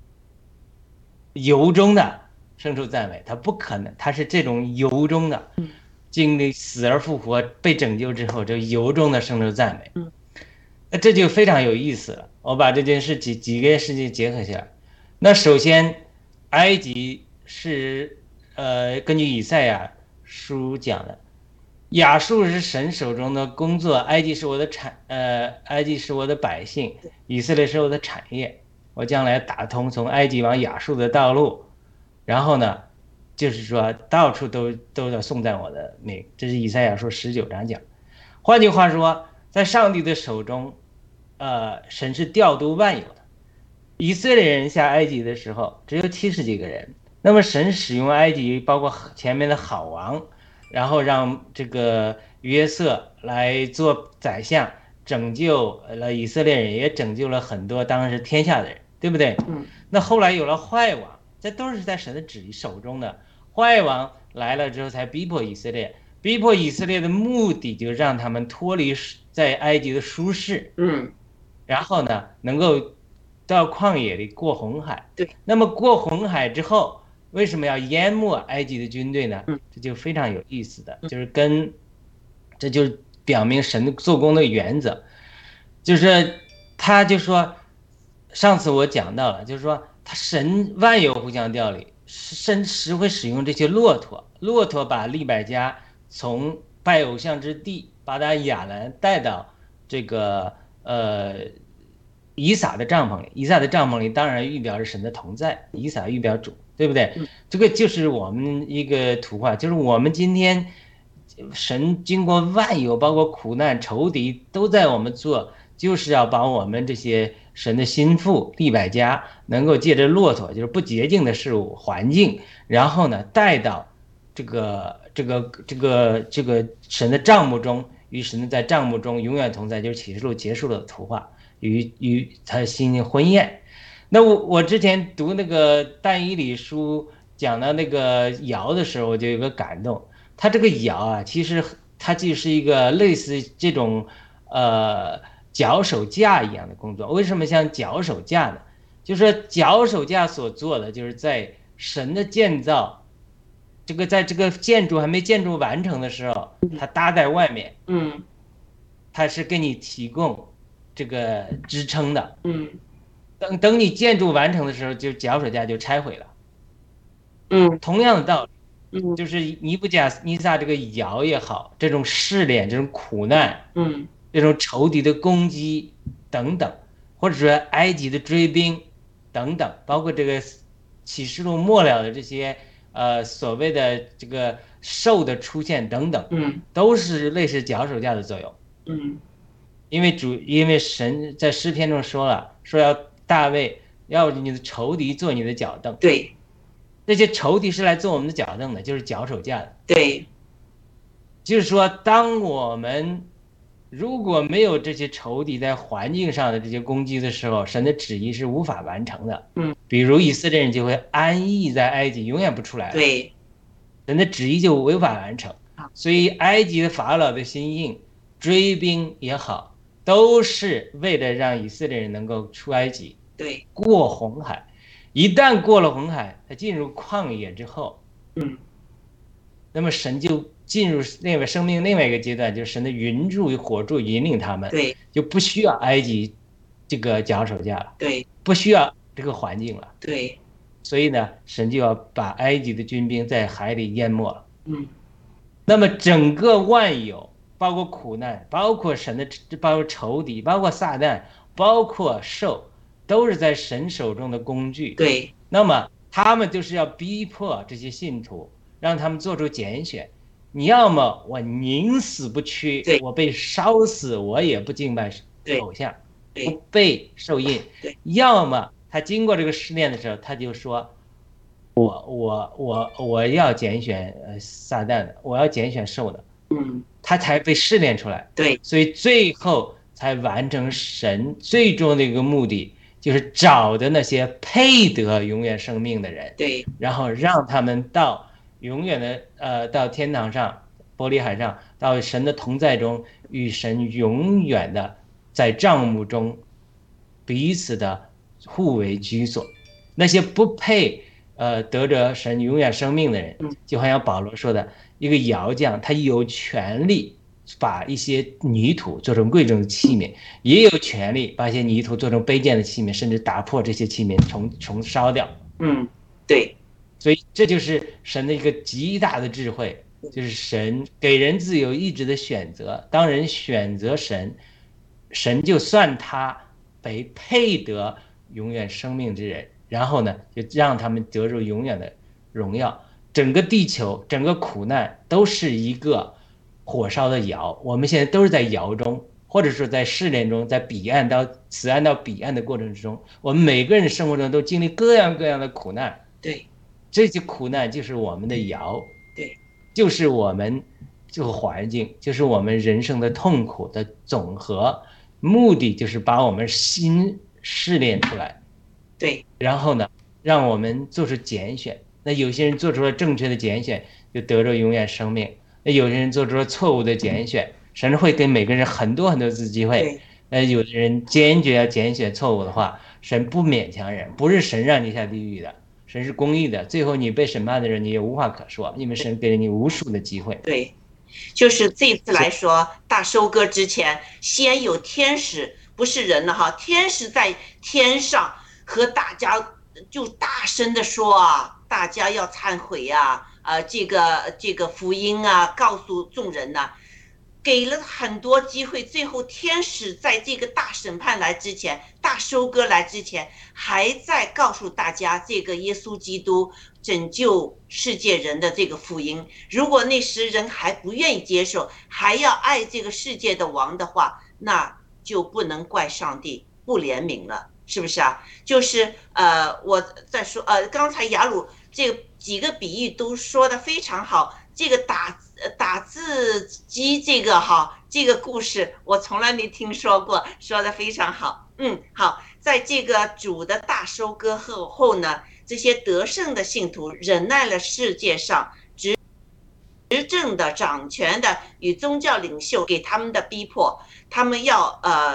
由衷的生出赞美，他不可能，他是这种由衷的经历死而复活被拯救之后，就由衷的生出赞美。那这就非常有意思了。我把这件事几个事情结合起来。那首先埃及是根据以赛亚书讲的，亚述是神手中的工作，埃及是我的百姓，以色列是我的产业。 我将来打通从埃及往亚述的道路，然后呢，就是说到处都要颂赞我的名。这是以赛亚书19章讲。换句话说，在上帝的手中，神是调度万有的。以色列人下埃及的时候只有70几个人，那么神使用埃及，包括前面的好王，然后让这个约瑟来做宰相，拯救了以色列人，也拯救了很多当时天下的人，对不对？那后来有了坏王，这都是在神的旨意手中的。坏王来了之后，才逼迫以色列。逼迫以色列的目的，就让他们脱离在埃及的舒适，然后呢，能够到旷野里过红海。 对。 那么过红海之后，为什么要淹没埃及的军队呢？这就非常有意思的，这就是表明神做工的原则。就是他就说，上次我讲到了，就是说他神万有互相调理，神时会使用这些骆驼把利百加从拜偶像之地把他亚兰带到这个以撒的帐篷里。以撒的帐篷里当然预表着神的同在，以撒预表主，对不对？这个就是我们一个图画，就是我们今天神经过万有，包括苦难仇敌都在我们做，就是要把我们这些神的心腹利百加能够借着骆驼，就是不洁净的事物环境，然后呢带到这个神的帐幕中，与神在帐幕中永远同在，就是启示录结束了的图画，与他新的婚宴。那我之前读那个但以理书讲到那个窑的时候，我就有个感动。他这个窑啊，其实它就是一个类似这种脚手架一样的工作。为什么像脚手架呢？就是脚手架所做的，就是在神的建造。在这个建筑还没建筑完成的时候，它搭在外面，它是给你提供这个支撑的，等你建筑完成的时候，就脚手架就拆毁了，同样的道理，就是尼布甲尼撒这个窑也好，这种试炼、这种苦难，这种仇敌的攻击等等，或者说埃及的追兵等等，包括这个启示录末了的这些。所谓的这个兽的出现等等，都是类似脚手架的作用。因为神在诗篇中说了，说要大卫要你的仇敌做你的脚凳。 对， 这些仇敌是来做我们的脚凳的，就是脚手架的。 对， 就是说，当我们如果没有这些仇敌在环境上的这些攻击的时候，神的旨意是无法完成的。比如以色列人就会安逸在埃及，永远不出来了。 对， 神的旨意就无法完成。所以埃及的法老的心硬，追兵也好，都是为了让以色列人能够出埃及， 对， 过红海。一旦过了红海，他进入旷野之后，那么神就进入生命另外一个阶段，就是神的云柱与火柱引领他们， 对， 就不需要埃及这个脚手架了， 对， 不需要这个环境了， 对， 所以呢，神就要把埃及的军兵在海里淹没了。那么整个万有，包括苦难，包括包括仇敌，包括撒旦，包括兽，都是在神手中的工具。 对， 那么他们就是要逼迫这些信徒，让他们做出拣选。你要么我宁死不屈，我被烧死，我也不敬拜偶像，不被受印。要么他经过这个试炼的时候，他就说，我要拣选撒旦的，我要拣选兽的，他才被试炼出来。 对， 所以最后才完成神最终的一个目的，就是找的那些配得永远生命的人， 对， 然后让他们到永远的到天堂上，玻璃海上，到神的同在中，与神永远的在帐幕中彼此的互为居所。那些不配得着神永远生命的人，就好像保罗说的，一个窑匠他有权利把一些泥土做成贵重的器皿，也有权利把一些泥土做成卑贱的器皿，甚至打破这些器皿重烧掉。 对。 所以这就是神的一个极大的智慧，就是神给人自由意志的选择。当人选择神，神就算他为配得永远生命之人，然后呢，就让他们得着永远的荣耀。整个地球，整个苦难都是一个火烧的窑，我们现在都是在窑中，或者说在试炼中，在此岸到彼岸的过程之中，我们每个人生活中都经历各样各样的苦难。 对， 这些苦难就是我们的窑， 对， 就是我们这个环境，就是我们人生的痛苦的总和，目的就是把我们心试炼出来。 对， 然后呢，让我们做出拣选。那有些人做出了正确的拣选，就得着永远生命；那有些人做出了错误的拣选，神会给每个人很多很多次机会。有的人坚决要拣选错误的话，神不勉强人，不是神让你下地狱的，神是公义的。最后你被审判的人，你也无话可说，因为神给了你无数的机会。 对，就是这次来说，大收割之前，先有天使，不是人了哈，天使在天上和大家就大声的说啊，大家要忏悔啊，这个福音啊，告诉众人呐，给了很多机会。最后天使在这个大审判来之前，大收割来之前，还在告诉大家这个耶稣基督拯救世界人的这个福音。如果那时人还不愿意接受，还要爱这个世界的王的话，那就不能怪上帝不怜悯了，是不是啊？就是我在说刚才雅鲁这个几个比喻都说得非常好。这个打字机这个故事我从来没听说过，说得非常好。好，在这个主的大收割后呢，这些得胜的信徒忍耐了世界上执政的、掌权的与宗教领袖给他们的逼迫，他们要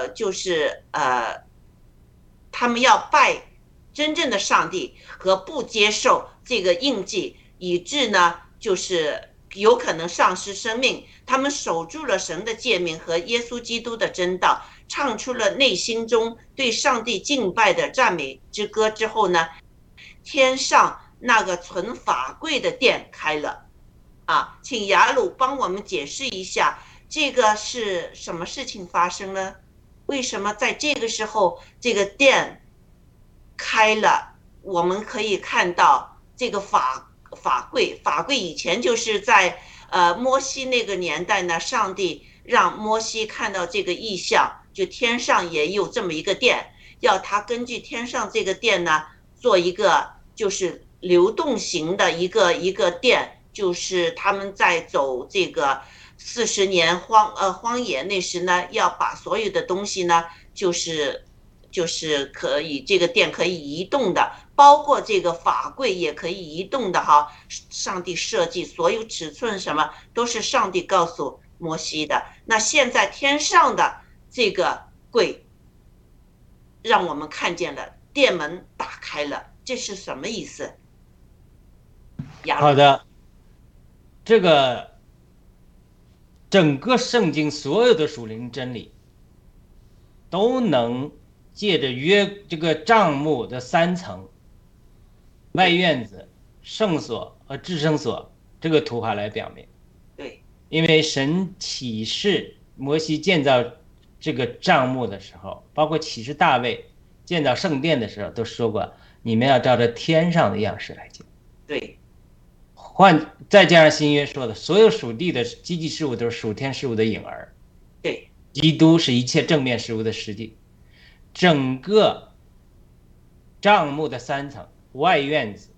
他们要拜真正的上帝和不接受这个印记，以致呢就是有可能丧失生命。他们守住了神的诫命和耶稣基督的真道，唱出了内心中对上帝敬拜的赞美之歌之后呢，天上那个存法柜的殿开了啊。请雅鲁帮我们解释一下，这个是什么事情发生呢？为什么在这个时候这个殿开了？我们可以看到这个法柜以前就是在摩西那个年代呢，上帝让摩西看到这个异象，就天上也有这么一个殿，要他根据天上这个殿呢做一个就是流动型的一个殿，就是他们在走这个40年荒野那时呢，要把所有的东西呢就是可以这个殿可以移动的，包括这个法柜也可以移动的哈。上帝设计所有尺寸什么都是上帝告诉摩西的。那现在天上的这个柜让我们看见了，殿门打开了，这是什么意思？ 好的，这个整个圣经所有的属灵真理都能借着这个帐幕的3层，外院子、圣所和至圣所这个图画来表明。 对， 因为神启示摩西建造这个帐幕的时候，包括启示大卫建造圣殿的时候，都说过你们要照着天上的样式来建。 对， 再加上新约说的，所有属地的积极事物都是属天事物的影儿。 对， 基督是一切正面事物的实际。整个帐幕的3层，外院子、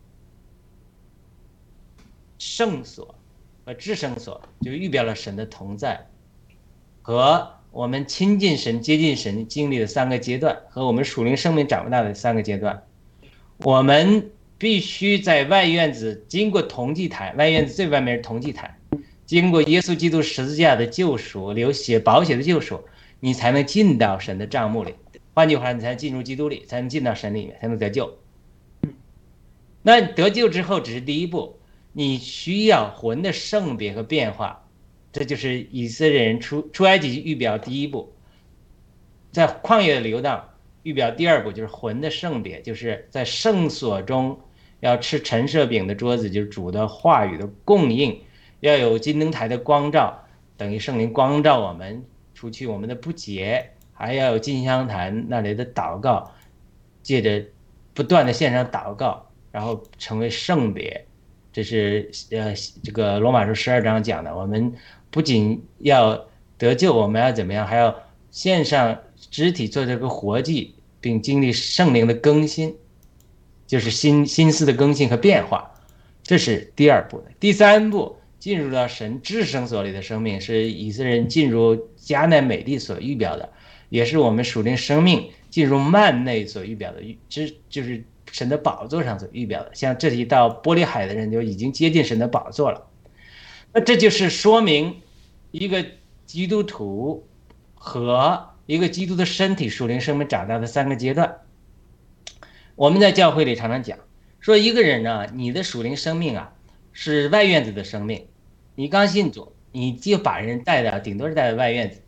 圣所和至圣所，就预表了神的同在和我们亲近神、接近神经历的3个阶段，和我们属灵生命长大的3个阶段。我们必须在外院子经过铜祭坛，外院子最外面是铜祭坛，经过耶稣基督十字架的救赎，流血宝血的救赎，你才能进到神的帐幕里。换句话，你才能进入基督里，才能进到神里面，才能得救。那得救之后只是第一步，你需要魂的圣别和变化，这就是以色列人出埃及预表第一步，在旷野的流荡预表第2步，就是魂的圣别，就是在圣所中要吃陈设饼的桌子，就是主的话语的供应，要有金灯台的光照，等于圣灵光照我们，除去我们的不洁，还要有金香坛那里的祷告， 借着不断的献上祷告，然后成为圣别。这是这个罗马书12章讲的，我们不仅要得救，我们要怎么样？还要献上肢体做这个活祭，并经历圣灵的更新，就是心思的更新和变化。这是第2步的。第3步，进入到神至圣所里的生命，是以色列人进入迦南美地所预表的，也是我们属灵生命进入幔内所预表的，就是神的宝座上所预表的。像这里到玻璃海的人就已经接近神的宝座了。那这就是说明一个基督徒和一个基督的身体属灵生命长大的3个阶段。我们在教会里常常讲说，一个人呢，你的属灵生命啊是外院子的生命，你刚信主，你就把人带到顶多是带到外院子，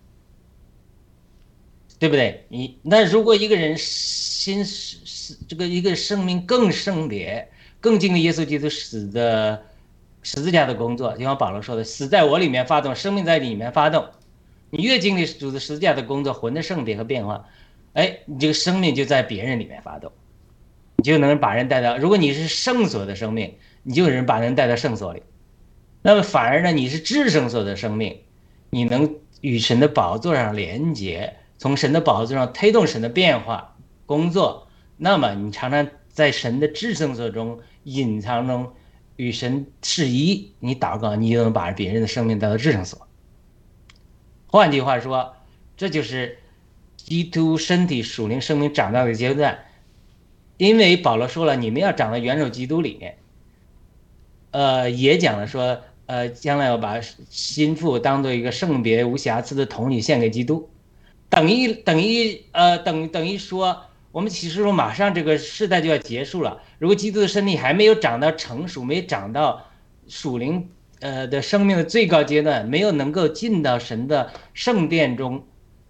对不对？那如果一个人一个生命更圣别，更经历耶稣基督死的十字架的工作，就像保罗说的，死在我里面发动，生命在里面发动。你越经历主的十字架的工作，魂的圣别和变化，你这个生命就在别人里面发动，你就能把人带到。如果你是圣所的生命，你就能把人带到圣所里。那么反而呢，你是至圣所的生命，你能与神的宝座上连结，从神的宝座上推动神的变化工作。那么你常常在神的至圣所中隐藏中与神示一，你祷告，你就能把别人的生命带到至圣所。换句话说，这就是基督身体属灵生命长大的阶段。因为保罗说了，你们要长到元首基督里面，也讲了说，将来要把心腹当做一个圣别无瑕疵的童女献给基督，等于说，我们其实说马上这个世代就要结束了。如果基督的身体还没有长到成熟，没长到属灵的生命的最高阶段，没有能够进到神的圣殿中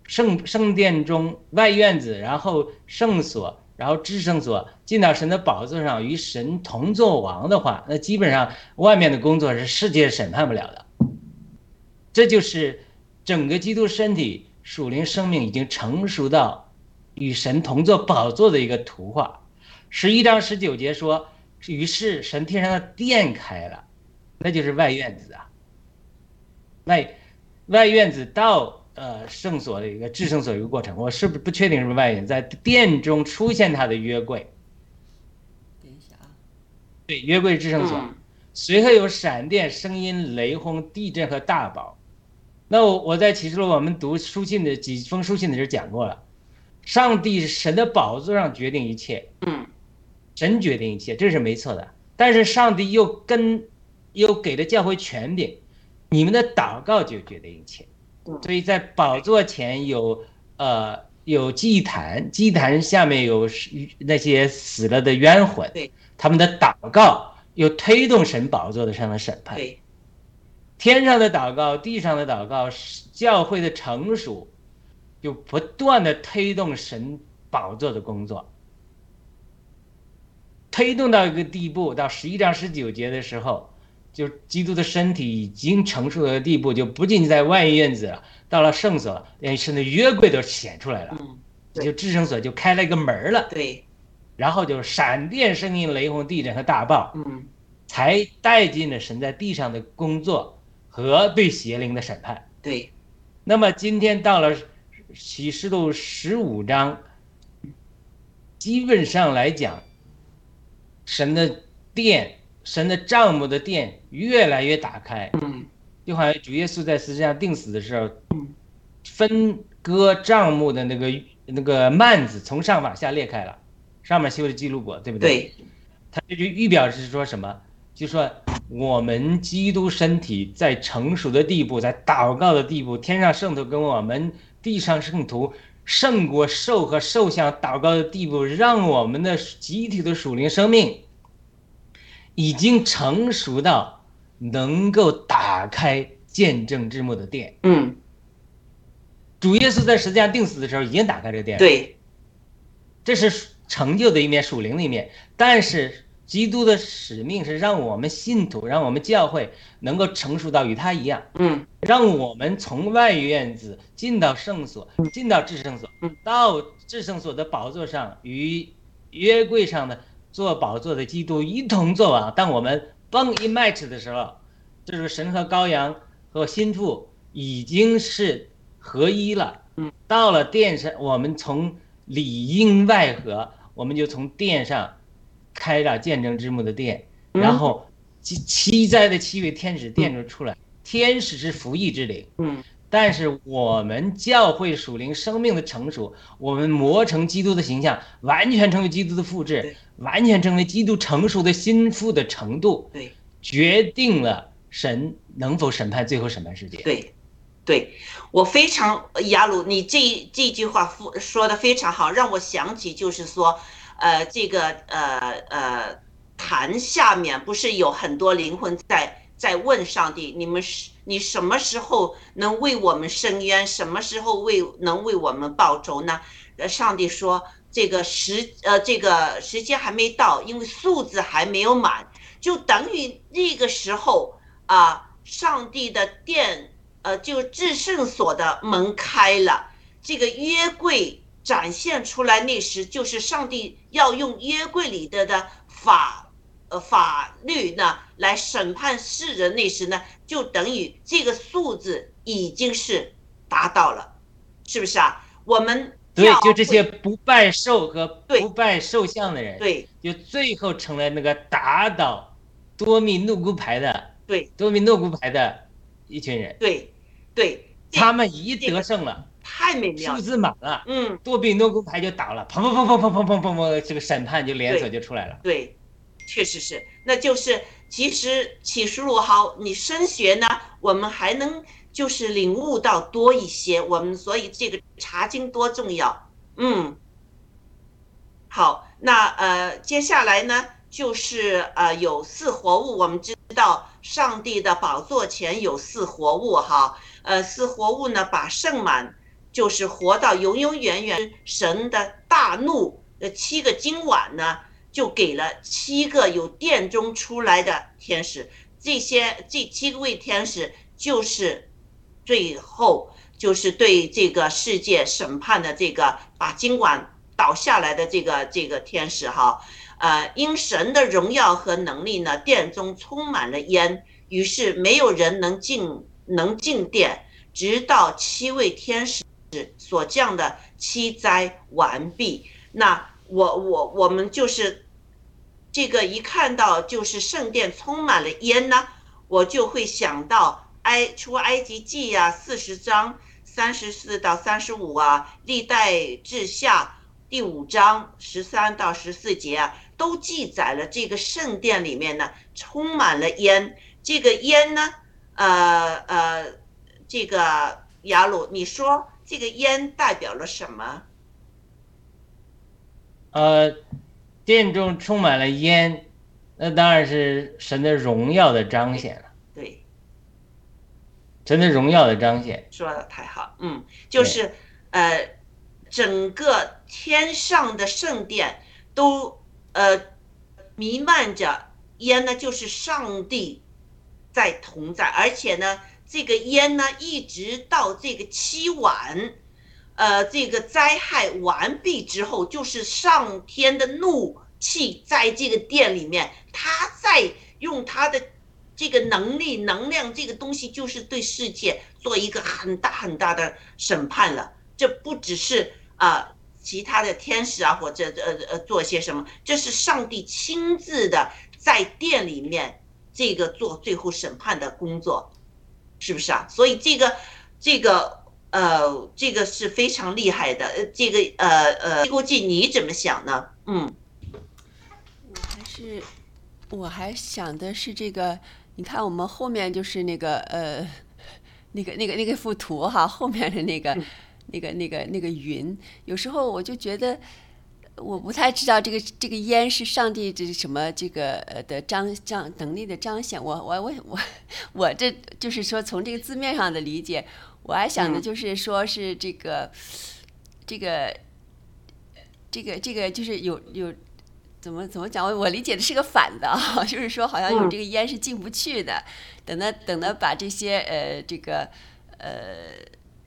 外院子，然后圣所，然后至圣所，进到神的宝座上与神同作王的话，那基本上外面的工作是世界审判不了的。这就是整个基督身体属灵生命已经成熟到与神同作宝座的一个图画。11章19节说，于是神天上的殿开了，那就是外院子啊。外院子到圣所的一个至圣所一个过程，我是不确定是不是外院，在殿中出现他的约柜。 等一下啊， 对，约柜至圣所，随后有闪电、声音、雷轰、地震和大宝。那我在启示录我们读书信的几封书信的时候讲过了，上帝神的宝座上决定一切，神决定一切，这是没错的。但是上帝又给了教会权柄，你们的祷告就决定一切。所以在宝座前有祭坛，祭坛下面有那些死了的冤魂，他们的祷告又推动神宝座的上的审判。天上的祷告，地上的祷告，教会的成熟就不断的推动神宝座的工作，推动到一个地步，到11章19节的时候，就基督的身体已经成熟的地步，就不仅在外院子了，到了圣所，连神的约柜都显出来了，就至圣所就开了一个门了。 对， 然后就闪电、声音、雷轰、地震和大爆，才带进了神在地上的工作和对邪灵的审判。 对， 那么今天到了启示录15章，基本上来讲，神的殿、神的帐幕的殿越来越打开。就好像主耶稣在十字架定死的时候，分割帐幕的那个幔子从上往下裂开了，上面绣着基路伯，对不对？ 对， 他这句预表是说什么？就说我们基督身体在成熟的地步，在祷告的地步，天上圣徒跟我们地上圣徒胜过兽和兽像祷告的地步，让我们的集体的属灵生命已经成熟到能够打开见证之幕的殿。主耶稣在十字架定死的时候已经打开这个殿了。 对， 这是成就的一面，属灵的一面。但是基督的使命是让我们信徒，让我们教会能够成熟到与他一样，让我们从外院子进到圣所，进到至圣所，到至圣所的宝座上与约柜上的做宝座的基督一同作王。当我们蹦一 match 的时候，就是神和羔羊和心腹已经是合一了。到了殿上，我们从里应外合，我们就从殿上开了见证之幕的殿，然后七灾的7位天使殿中出来。天使是服役之灵，但是我们教会属灵生命的成熟，我们磨成基督的形象，完全成为基督的复制，完全成为基督成熟的心腹的程度，决定了神能否审判最后审判世界。 对，我非常雅鲁，你这句话说的非常好，让我想起就是说，这个坛下面不是有很多灵魂在问上帝，你什么时候能为我们伸冤，什么时候能为我们报仇呢？上帝说这个时间还没到，因为数字还没有满，就等于那个时候上帝的殿就至圣所的门开了，这个约柜展现出来，那时就是上帝要用约柜里的法律呢来审判世人，那时呢就等于这个数字已经是达到了，是不是啊？我们对，就这些不拜兽和不拜兽像的人，对，就最后成了那个打倒多米诺骨牌的一群人， 对， 他们一得胜了， 太美妙了， 数字满了，多米诺骨牌就倒了，砰砰砰砰砰砰砰砰，这个审判就连锁就出来了。 对，确实是，那就是其实启示录好，你深学呢，我们还能就是领悟到多一些，我们所以这个查经多重要。好，那接下来呢就是有4活物，我们知道上帝的宝座前有4活物哈，4活物呢把圣满就是活到永永远远，神的大怒7个金碗呢就给了7个有殿中出来的天使，这7位天使就是最后就是对这个世界审判的这个把金碗倒下来的这个天使哈，因神的荣耀和能力呢，殿中充满了烟，于是没有人能进殿，直到7位天使所降的7灾完毕。那我们就是这个一看到就是圣殿充满了烟呢，我就会想到出埃及记40章34到35历代志下第5章13到14节都记载了这个圣殿里面呢充满了烟。这个烟呢这个雅鲁，你说这个烟代表了什么？ 殿中充满了烟，那当然是神的荣耀的彰显了。 对， 神的荣耀的彰显， 说的太好。就是整个天上的圣殿都弥漫着烟呢，就是上帝在同在，而且呢这个烟呢一直到这个7晚这个灾害完毕之后，就是上天的怒气在这个殿里面，他在用他的这个能力能量，这个东西就是对世界做一个很大很大的审判了。这不只是其他的天使或者做些什么，这是上帝亲自的在殿里面这个做最后审判的工作，是不是啊？所以这个是非常厉害的。这个估计你怎么想呢？ 我还想的是这个，你看我们后面就是那个幅图哈，后面的那个云，有时候我就觉得我不太知道这个烟是上帝这什么这个的能力的彰显。我这就是说从这个字面上的理解，我还想的就是说是这个就是有怎么讲？我理解的是个反的就是说好像有这个烟是进不去的。等到把这些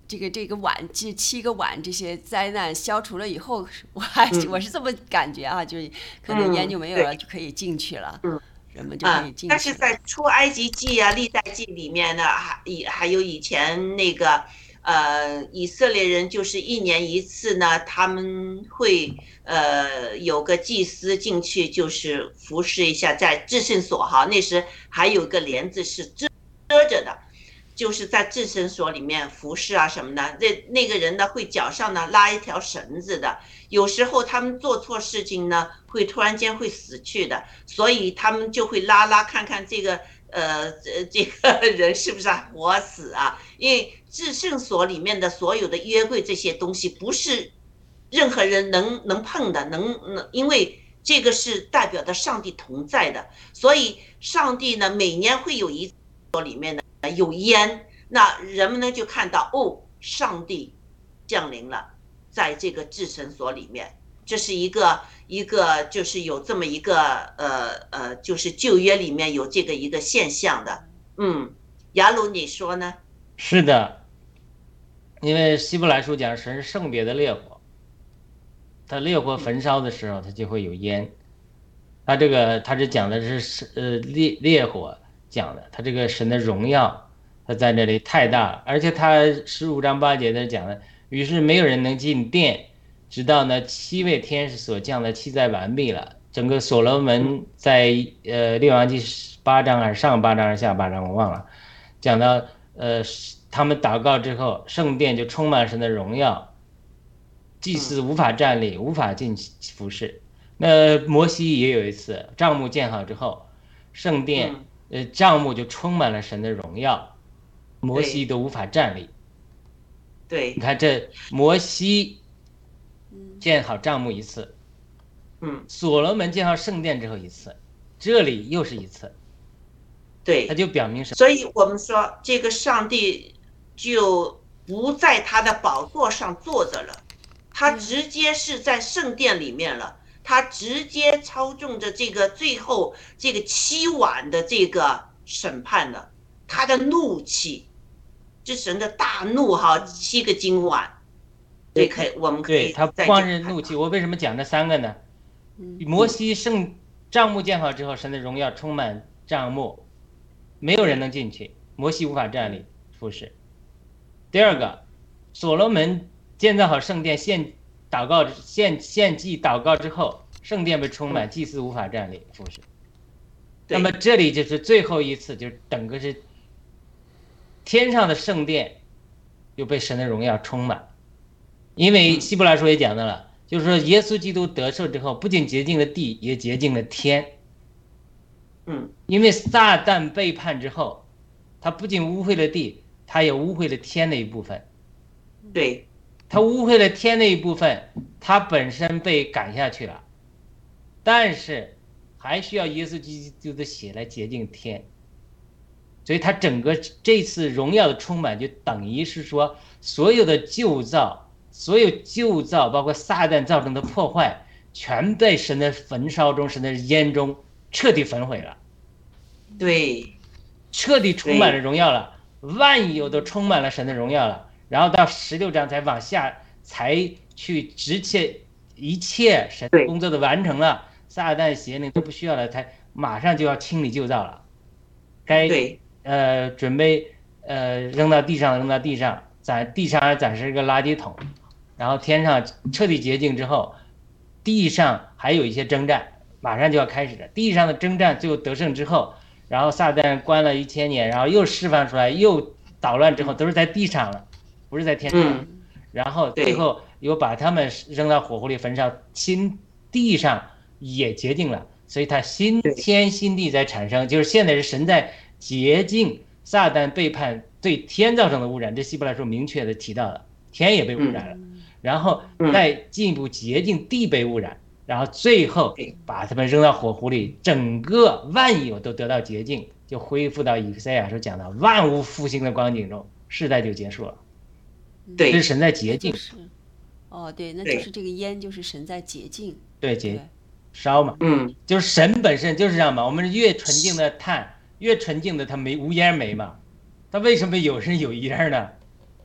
这个碗7个碗这些灾难消除了以后，我是这么感觉啊，就是可能烟就没有了，就可以进去了，人们就可以进去。 但是在出埃及记啊、历代记里面呢，还有以前那个以色列人就是1年1次呢，他们会有个祭司进去，就是服侍一下，在至圣所哈，那时还有个帘子是遮着的。就是在至圣所里面服侍啊什么的，那个人呢会脚上呢拉一条绳子的，有时候他们做错事情呢，会突然间会死去的，所以他们就会拉看看这个这个人是不是活死啊？因为至圣所里面的所有的约柜这些东西不是任何人能碰的，因为这个是代表的上帝同在的，所以上帝呢每年会有一所里面的。有烟，那人们呢就看到上帝降临了，在这个至圣所里面，这是一个就是有这么一个就是旧约里面有这个一个现象的。雅鲁你说呢？ 是的，因为希伯来书讲神是圣别的烈火，他烈火焚烧的时候，他就会有烟。他是讲的是烈火。讲的，他这个神的荣耀，他在这里太大了，而且他15章8节的讲的，于是没有人能进殿，直到呢7位天使所降的期灾完毕了。整个所罗门在列王记8章还是上8章还是下8章我忘了，讲到他们祷告之后，圣殿就充满神的荣耀，祭司无法站立，无法进服侍。那摩西也有一次帐幕建好之后，圣殿帐幕就充满了神的荣耀，摩西都无法站立。 对， 你看这摩西建好帐幕一次，所罗门建好圣殿之后一次，这里又是一次。 对， 他就表明什么？ 所以我们说这个上帝就不在他的宝座上坐着了，他直接是在圣殿里面了。他直接操纵着这个最后这个7碗的这个审判了，他的怒气，这神的大怒哈，7个金碗，我们可以对他不光是怒气。我为什么讲这3个呢？摩西帐幕建好之后，神的荣耀充满帐幕，没有人能进去，摩西无法站立服侍。第二个，所罗门建造好圣殿献祭祷告之后，圣殿被充满，祭司无法站立服侍。那么这里就是最后一次，就是整个是天上的圣殿又被神的荣耀充满。因为希伯来书也讲到了，就是说耶稣基督得胜之后，不仅洁净了地，也洁净了天。因为撒旦背叛之后，他不仅污秽了地，他也污秽了天的一部分。 对， 他污秽了天的一部分，他本身被赶下去了，但是还需要耶稣基督的血来洁净天。所以他整个这次荣耀的充满，就等于是说所有的旧造包括撒旦造成的破坏，全被神的焚烧中，神的烟中彻底焚毁了。 对， 彻底充满了荣耀了，万有都充满了神的荣耀了。然后到16章才往下，才去直切一切神工作的完成了，撒旦邪灵都不需要了，才马上就要清理旧造了，该准备扔到地上，地上暂时一个垃圾桶，然后天上彻底洁净之后，地上还有一些征战，马上就要开始了。地上的征战最后得胜之后，然后撒旦关了1000年，然后又释放出来，又捣乱之后，都是在地上了，不是在天上。然后最后又把他们扔到火湖里焚烧，新地上也洁净了，所以它新天新地在产生，就是现在是神在洁净撒旦背叛对天造成的污染，这希伯来书明确的提到了，天也被污染了，然后再进一步洁净地被污染，然后最后把他们扔到火湖里，整个万有都得到洁净，就恢复到以赛亚书讲的万物复兴的光景中，世代就结束了。 对， 这是神在洁净。 对，那就是这个烟，就是神在洁净。 对，烧嘛，就是神本身就是这样嘛。我们越纯净的炭，越纯净的它无烟没嘛，它为什么有烟呢？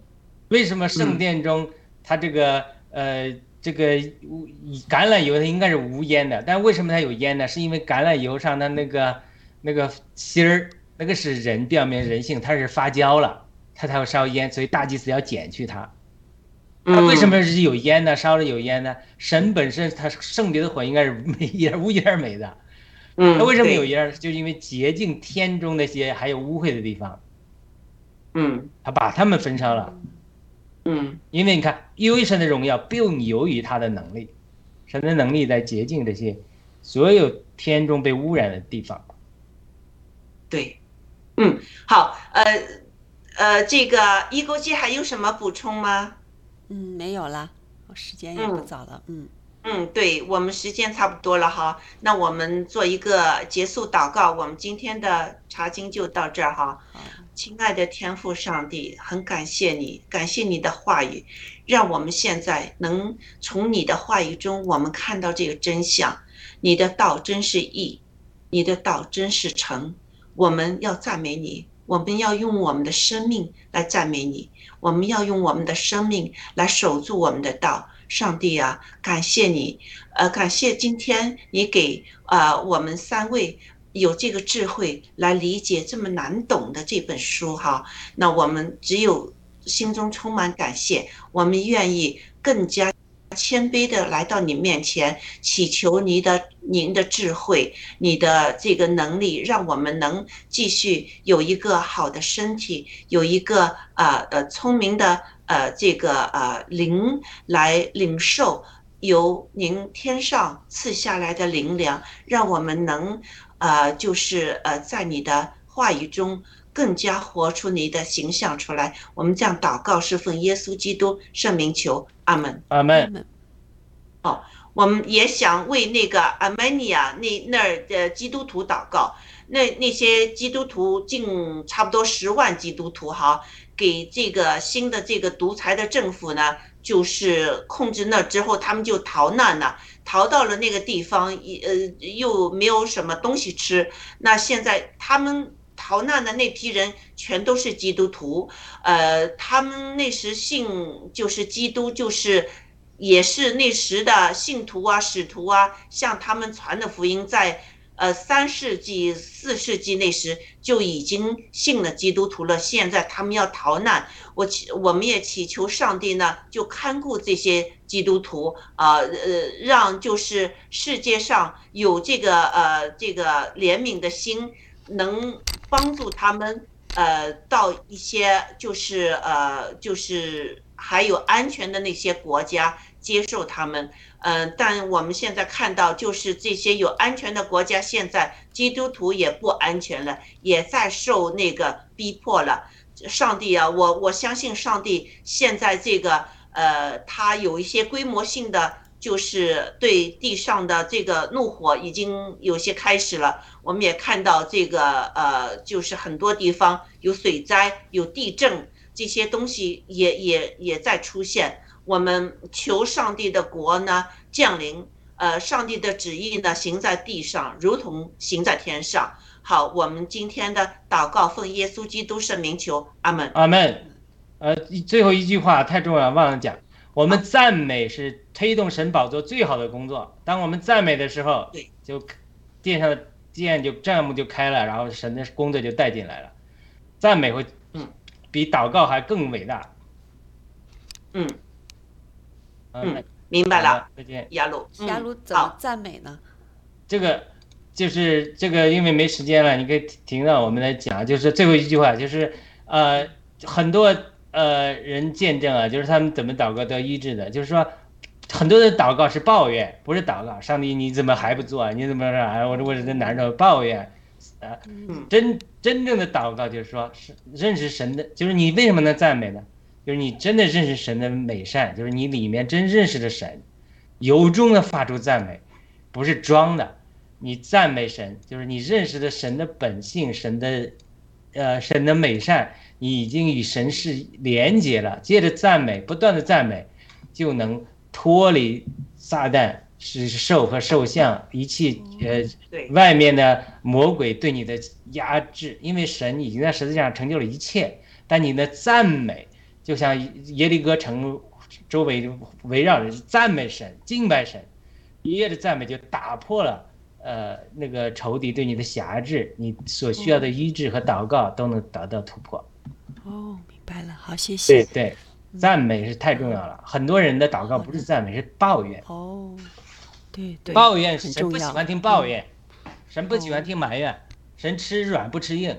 为什么圣殿中它这个橄榄油它应该是无烟的，但为什么它有烟呢？是因为橄榄油上它那个芯儿，那个是人表面人性，它是发酵了，它才会烧烟，所以大祭司要剪去它。它为什么是有烟呢？烧了有烟呢？神本身它圣别的火应该是无烟没的。它为什么有烟？就是因为洁净天中那些还有污秽的地方。他把他们焚烧了。因为你看，因为神的荣耀并由于他的能力，神的能力在洁净这些所有天中被污染的地方。 对，好，这个一钩机还有什么补充吗？ 没有了，我时间也不早了。 对，我们时间差不多了哈，那我们做一个结束祷告，我们今天的查经就到这儿哈。亲爱的天父上帝，很感谢你，感谢你的话语，让我们现在能从你的话语中，我们看到这个真相。你的道真是义，你的道真是诚。我们要赞美你，我们要用我们的生命来赞美你，我们要用我们的生命来守住我们的道。上帝啊，感谢你，感谢今天你给我们3位有这个智慧来理解这么难懂的这本书哈。那我们只有心中充满感谢，我们愿意更加谦卑的来到你面前，祈求您的智慧，你的这个能力，让我们能继续有一个好的身体，有一个聪明的这个灵来领受由您天上赐下来的灵粮，让我们能就是在你的话语中更加活出你的形象出来。我们这样祷告是奉耶稣基督圣名求，阿门。 阿门。 我们也想为那个阿曼尼亚那儿的基督徒祷告，那些基督徒近差不多10万基督徒哈，给这个新的这个独裁的政府呢，就是控制那之后，他们就逃难了，逃到了那个地方，又没有什么东西吃。那现在他们逃难的那批人全都是基督徒，他们那时信就是基督，就是也是那时的信徒啊、使徒啊，向他们传的福音，在3世纪、4世纪那时就已经信了基督徒了。现在他们要逃难，我们也祈求上帝呢，就看顾这些基督徒让就是世界上有这个怜悯的心，能帮助他们到一些就是还有安全的那些国家接受他们。但我们现在看到，就是这些有安全的国家，现在基督徒也不安全了，也在受那个逼迫了。上帝啊，我相信上帝现在这个他有一些规模性的，就是对地上的这个怒火已经有些开始了。我们也看到这个就是很多地方有水灾、有地震，这些东西也在出现。我们求上帝的国呢降临，上帝的旨意呢行在地上，如同行在天上。好，我们今天的祷告奉耶稣基督圣名求，阿门。 阿门。最后一句话太重要，忘了讲。我们赞美是推动神宝座最好的工作。当我们赞美的时候，就地上的剑帐幕就开了，然后神的工作就带进来了。赞美会比祷告还更伟大。 明白了。 再见， 亚鲁怎么赞美呢？ 这个就是这个，因为没时间了，你可以停到我们来讲。就是最后一句话，就是很多人见证啊，就是他们怎么祷告得医治的。就是说，很多的祷告是抱怨，不是祷告。上帝，你怎么还不做啊？你怎么我这难受？抱怨真正的祷告就是说，是认识神的，就是你为什么能赞美呢？就是你真的认识神的美善，就是你里面真认识的神，由衷的发出赞美，不是装的。你赞美神，就是你认识的神的本性，神的美善，你已经与神是连结了。接着赞美，不断的赞美，就能脱离撒旦是兽和兽像一切外面的魔鬼对你的压制，因为神已经在十字架上成就了一切。但你的赞美就像耶利哥城周围围绕着赞美神、敬拜神，一夜的赞美就打破了那个仇敌对你的辖制，你所需要的医治和祷告都能得到突破。 哦，明白了，好，谢谢。 对，赞美是太重要了。很多人的祷告不是赞美，是抱怨。 哦，对， 抱怨， 很重要。 神不喜欢听抱怨，神不喜欢听埋怨，神吃软不吃硬。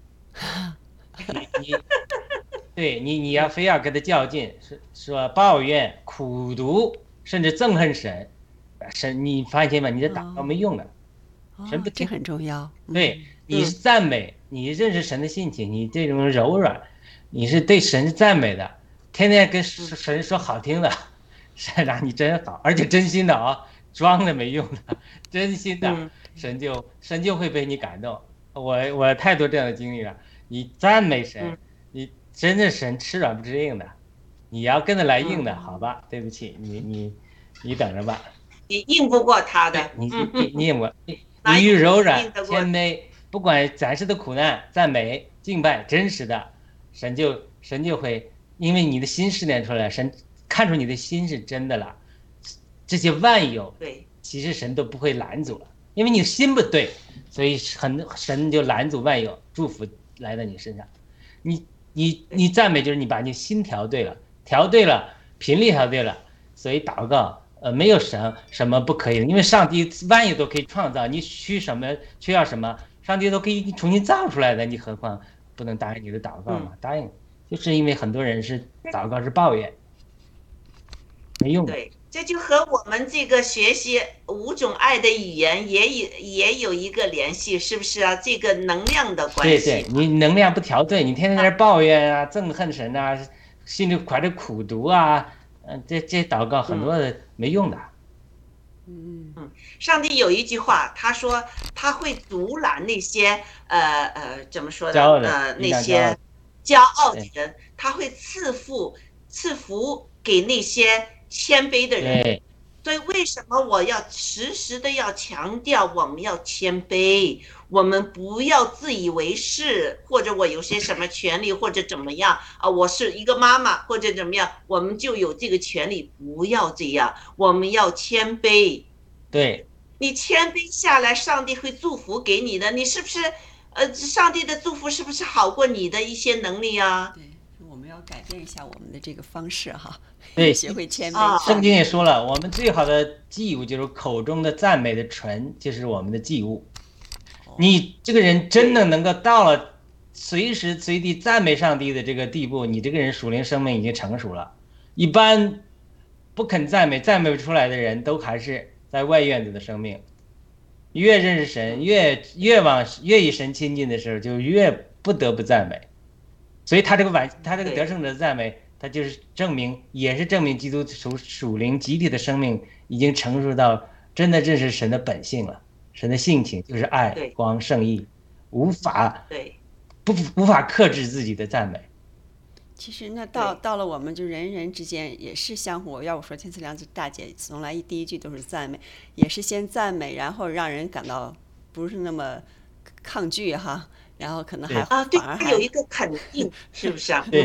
你要非要跟他较劲，说抱怨、苦读，甚至憎恨神，你发现吗？你的祷告没用的，神不听。 这很重要。 对，你是赞美，你认识神的性情，你这种柔软，你是对神是赞美的，天天跟神说好听的，神让你真好，而且真心的啊，装的没用的，真心的，神就会被你感动。我太多这样的经历了。你赞美神，你真的神吃软不吃硬的，你要跟着来硬的，好吧？对不起，你等着吧。 你硬不过他的， 你硬不过，你柔软谦卑，不管暂时的苦难，赞美敬拜真实的，神就会因为你的心试炼出来，神看出你的心是真的了，这些万有其实神都不会拦阻了，因为你心不对，所以神就拦阻万有祝福来到你身上。你赞美就是你把你心调对了，频率调对了，所以祷告没有什么不可以的，因为上帝万有都可以创造，你需要什么，上帝都可以重新造出来的，你何况不能答应你的祷告吗？答应，就是因为很多人是祷告是抱怨，没用的。 对，这就和我们这个学习5种爱的语言也有一个联系，是不是啊？这个能量的关系。 对，你能量不调对，你天天在那抱怨啊、憎恨神啊、心里怀着苦毒啊，这祷告很多的没用的。 上帝有一句话，他说他会阻拦那些怎么说呢？ 那些骄傲的人，他会赐福给那些谦卑的人。所以为什么我要时时的要强调我们要谦卑，我们不要自以为是，或者我有些什么权利或者怎么样啊，我是一个妈妈或者怎么样，我们就有这个权利，不要这样，我们要谦卑。 对， 你谦卑下来，上帝会祝福给你的。你是不是上帝的祝福是不是好过你的一些能力啊？ 对，我们要改变一下我们的这个方式哈。 对， 学会谦卑。 圣经也说了，我们最好的祭物就是口中的赞美的唇，就是我们的祭物。你这个人真的能够到了随时随地赞美上帝的这个地步，你这个人属灵生命已经成熟了。一般不肯赞美不出来的人，都还是在外院子的生命。越认识神，越与神亲近的时候，就越不得不赞美。所以他这个得胜者的赞美，他就是也是证明基督属灵集体的生命已经成熟到真的认识神的本性了。神的性情就是爱、光、圣意，无法克制自己的赞美。 其实那到了我们就人人之间也是相互，要我说天赐良知大姐从来第一句都是赞美，也是先赞美，然后让人感到不是那么抗拒哈，然后可能还对，还有一个肯定，是不是啊？ 对。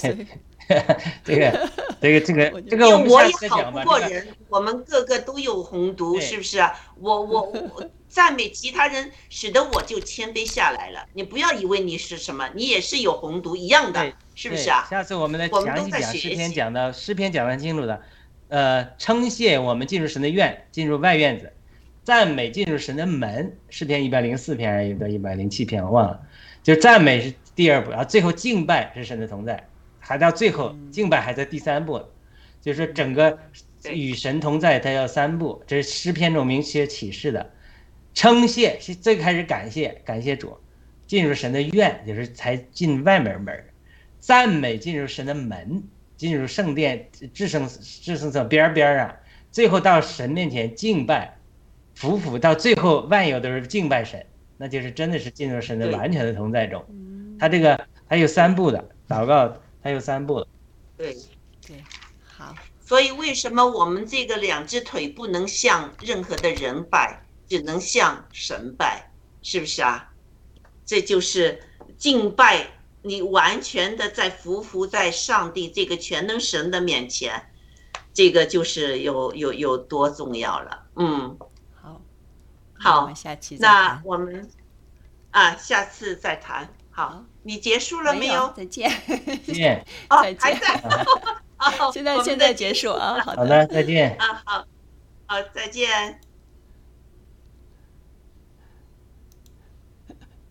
这个我也好不过人，我们个个都有洪毒，是不是啊？我赞美其他人，使得我就谦卑下来了。你不要以为你是什么，你也是有洪毒一样的，是不是啊？ 下次我们来详细讲诗篇讲的很清楚的，称谢我们进入神的院，进入外院子，赞美进入神的门。诗篇104篇还是107篇我忘了，就赞美是第2步，然后最后敬拜是神的同在。还到最后，敬拜还在第3步，就是说整个与神同在，它要3步，这是诗篇中明确启示的。称谢是最开始感谢主，进入神的院，就是才进外面门。赞美进入神的门，进入圣殿至圣所边啊，最后到神面前敬拜，服到最后万有都是敬拜神，那就是真的是进入神的完全的同在中。它这个还有3步的祷告。还有3步了， 对， 好。 所以为什么我们这个2只腿不能向任何的人拜，只能向神拜，是不是啊？这就是敬拜你完全的在匍匐在上帝这个全能神的面前，这个就是有多重要了。 好，那我好们，下期再那谈。 我们下次再谈。好好， 你结束了没有？ 再见。 见。 哦， 再见。 还在。哦， 现在我们的现在结束啊，好的。 好的，再见。 好，好，再见。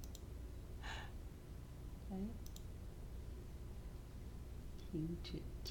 停止。